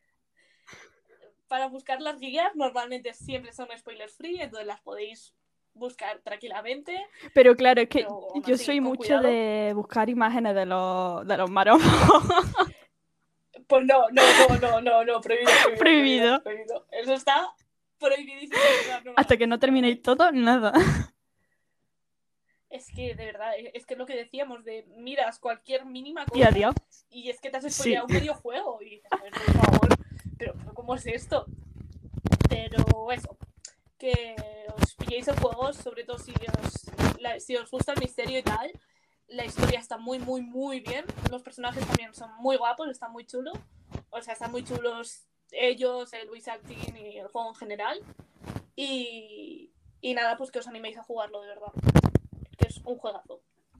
Para buscar las guías, normalmente siempre son spoiler free, entonces las podéis buscar tranquilamente, Pero claro, es que pero aún yo así, soy con mucho cuidado. de buscar imágenes de los maromos. Pues no, Prohibido. prohibido. Eso está prohibidísimo. Hasta que no terminéis todo, nada. Es que, de verdad, es que es lo que decíamos, de miras cualquier mínima cosa Y adiós. y es que te has Sí. spoileado un medio juego y dices, a ver, por favor, pero ¿cómo es esto? Pero eso, que os pilléis el juego, sobre todo si os gusta el misterio y tal. La historia está muy, muy, muy bien. Los personajes también son muy guapos, están muy chulos. O sea, están muy chulos ellos, el voice acting y el juego en general. Y nada, pues que os animéis a jugarlo de verdad. Que es un juegazo.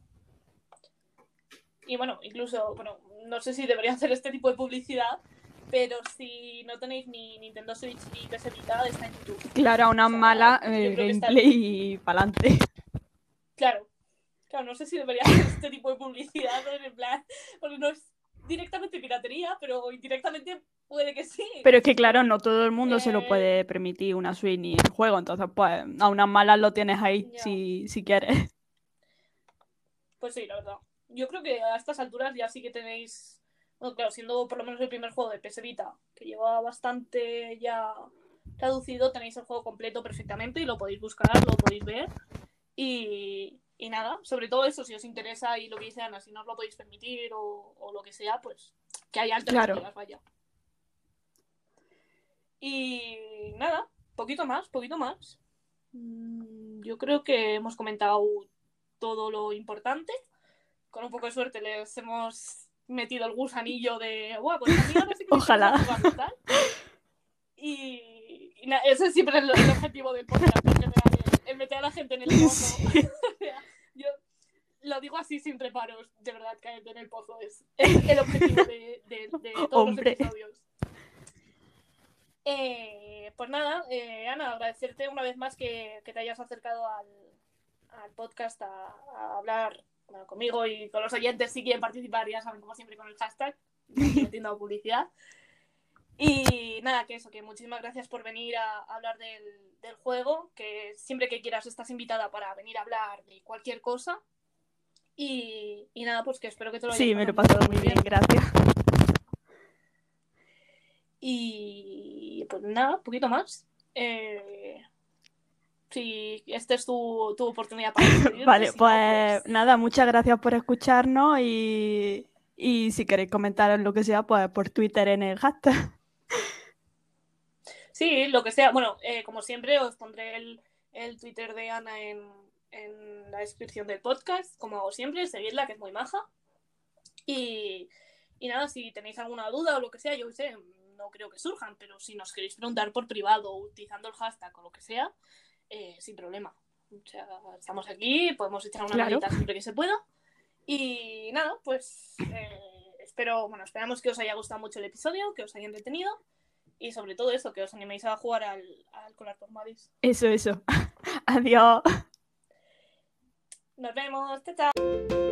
Y bueno, incluso, bueno, no sé si debería hacer este tipo de publicidad, pero si no tenéis ni Nintendo Switch ni PS Vita, está en YouTube. Claro, a una O sea, mala yo creo que está- gameplay y pa'lante. Claro, no sé si debería hacer este tipo de publicidad, ¿no? En plan, porque no es directamente piratería, pero indirectamente puede que sí. Pero es que claro, no todo el mundo se lo puede permitir una Switch ni el juego, entonces pues a unas malas lo tienes ahí Ya. si quieres. Pues sí, la verdad. Yo creo que a estas alturas ya sí que tenéis, bueno, claro, siendo por lo menos el primer juego de PS Vita, que lleva bastante ya traducido, tenéis el juego completo perfectamente y lo podéis buscar, lo podéis ver. Y nada, sobre todo eso, si os interesa y lo que dice Ana, si no os lo podéis permitir o lo que sea, pues que haya alternativas, Claro. vaya. Y nada, poquito más. Yo creo que hemos comentado todo lo importante. Con un poco de suerte les hemos metido el gusanillo de guau, pues a mí ahora sí que me Ojalá. interesa jugarlo, tal. Y ese siempre es el objetivo del podcast en general, el meter a la gente en el pozo. Sí. O sea, yo lo digo así sin reparos, de verdad, caerte en el pozo es el objetivo de todos Hombre. los episodios. Pues nada, Ana, agradecerte una vez más que te hayas acercado al podcast a hablar conmigo y con los oyentes. Si quieren participar, ya saben, como siempre, con el hashtag, metiendo publicidad. Y nada, que muchísimas gracias por venir a hablar del juego, que siempre que quieras estás invitada para venir a hablar de cualquier cosa. Y nada, pues que espero que te lo hayas Sí, me lo he pasado muy bien, gracias. Y pues nada, poquito más. Si esta es tu oportunidad para despedirte. Vale, si pues no, nada, muchas gracias por escucharnos y si queréis comentar lo que sea, pues por Twitter en el hashtag. Sí, lo que sea. Bueno, como siempre, os pondré el Twitter de Ana en la descripción del podcast, como hago siempre, seguidla, que es muy maja. Y nada, si tenéis alguna duda o lo que sea, yo sé, no creo que surjan, pero si nos queréis preguntar por privado utilizando el hashtag o lo que sea, sin problema. O sea, estamos aquí, podemos echar una manita siempre que se pueda. Y nada, pues esperamos que os haya gustado mucho el episodio, que os haya entretenido y sobre todo eso, que os animéis a jugar al Colar por Maris. Eso. Adiós. Nos vemos, chao.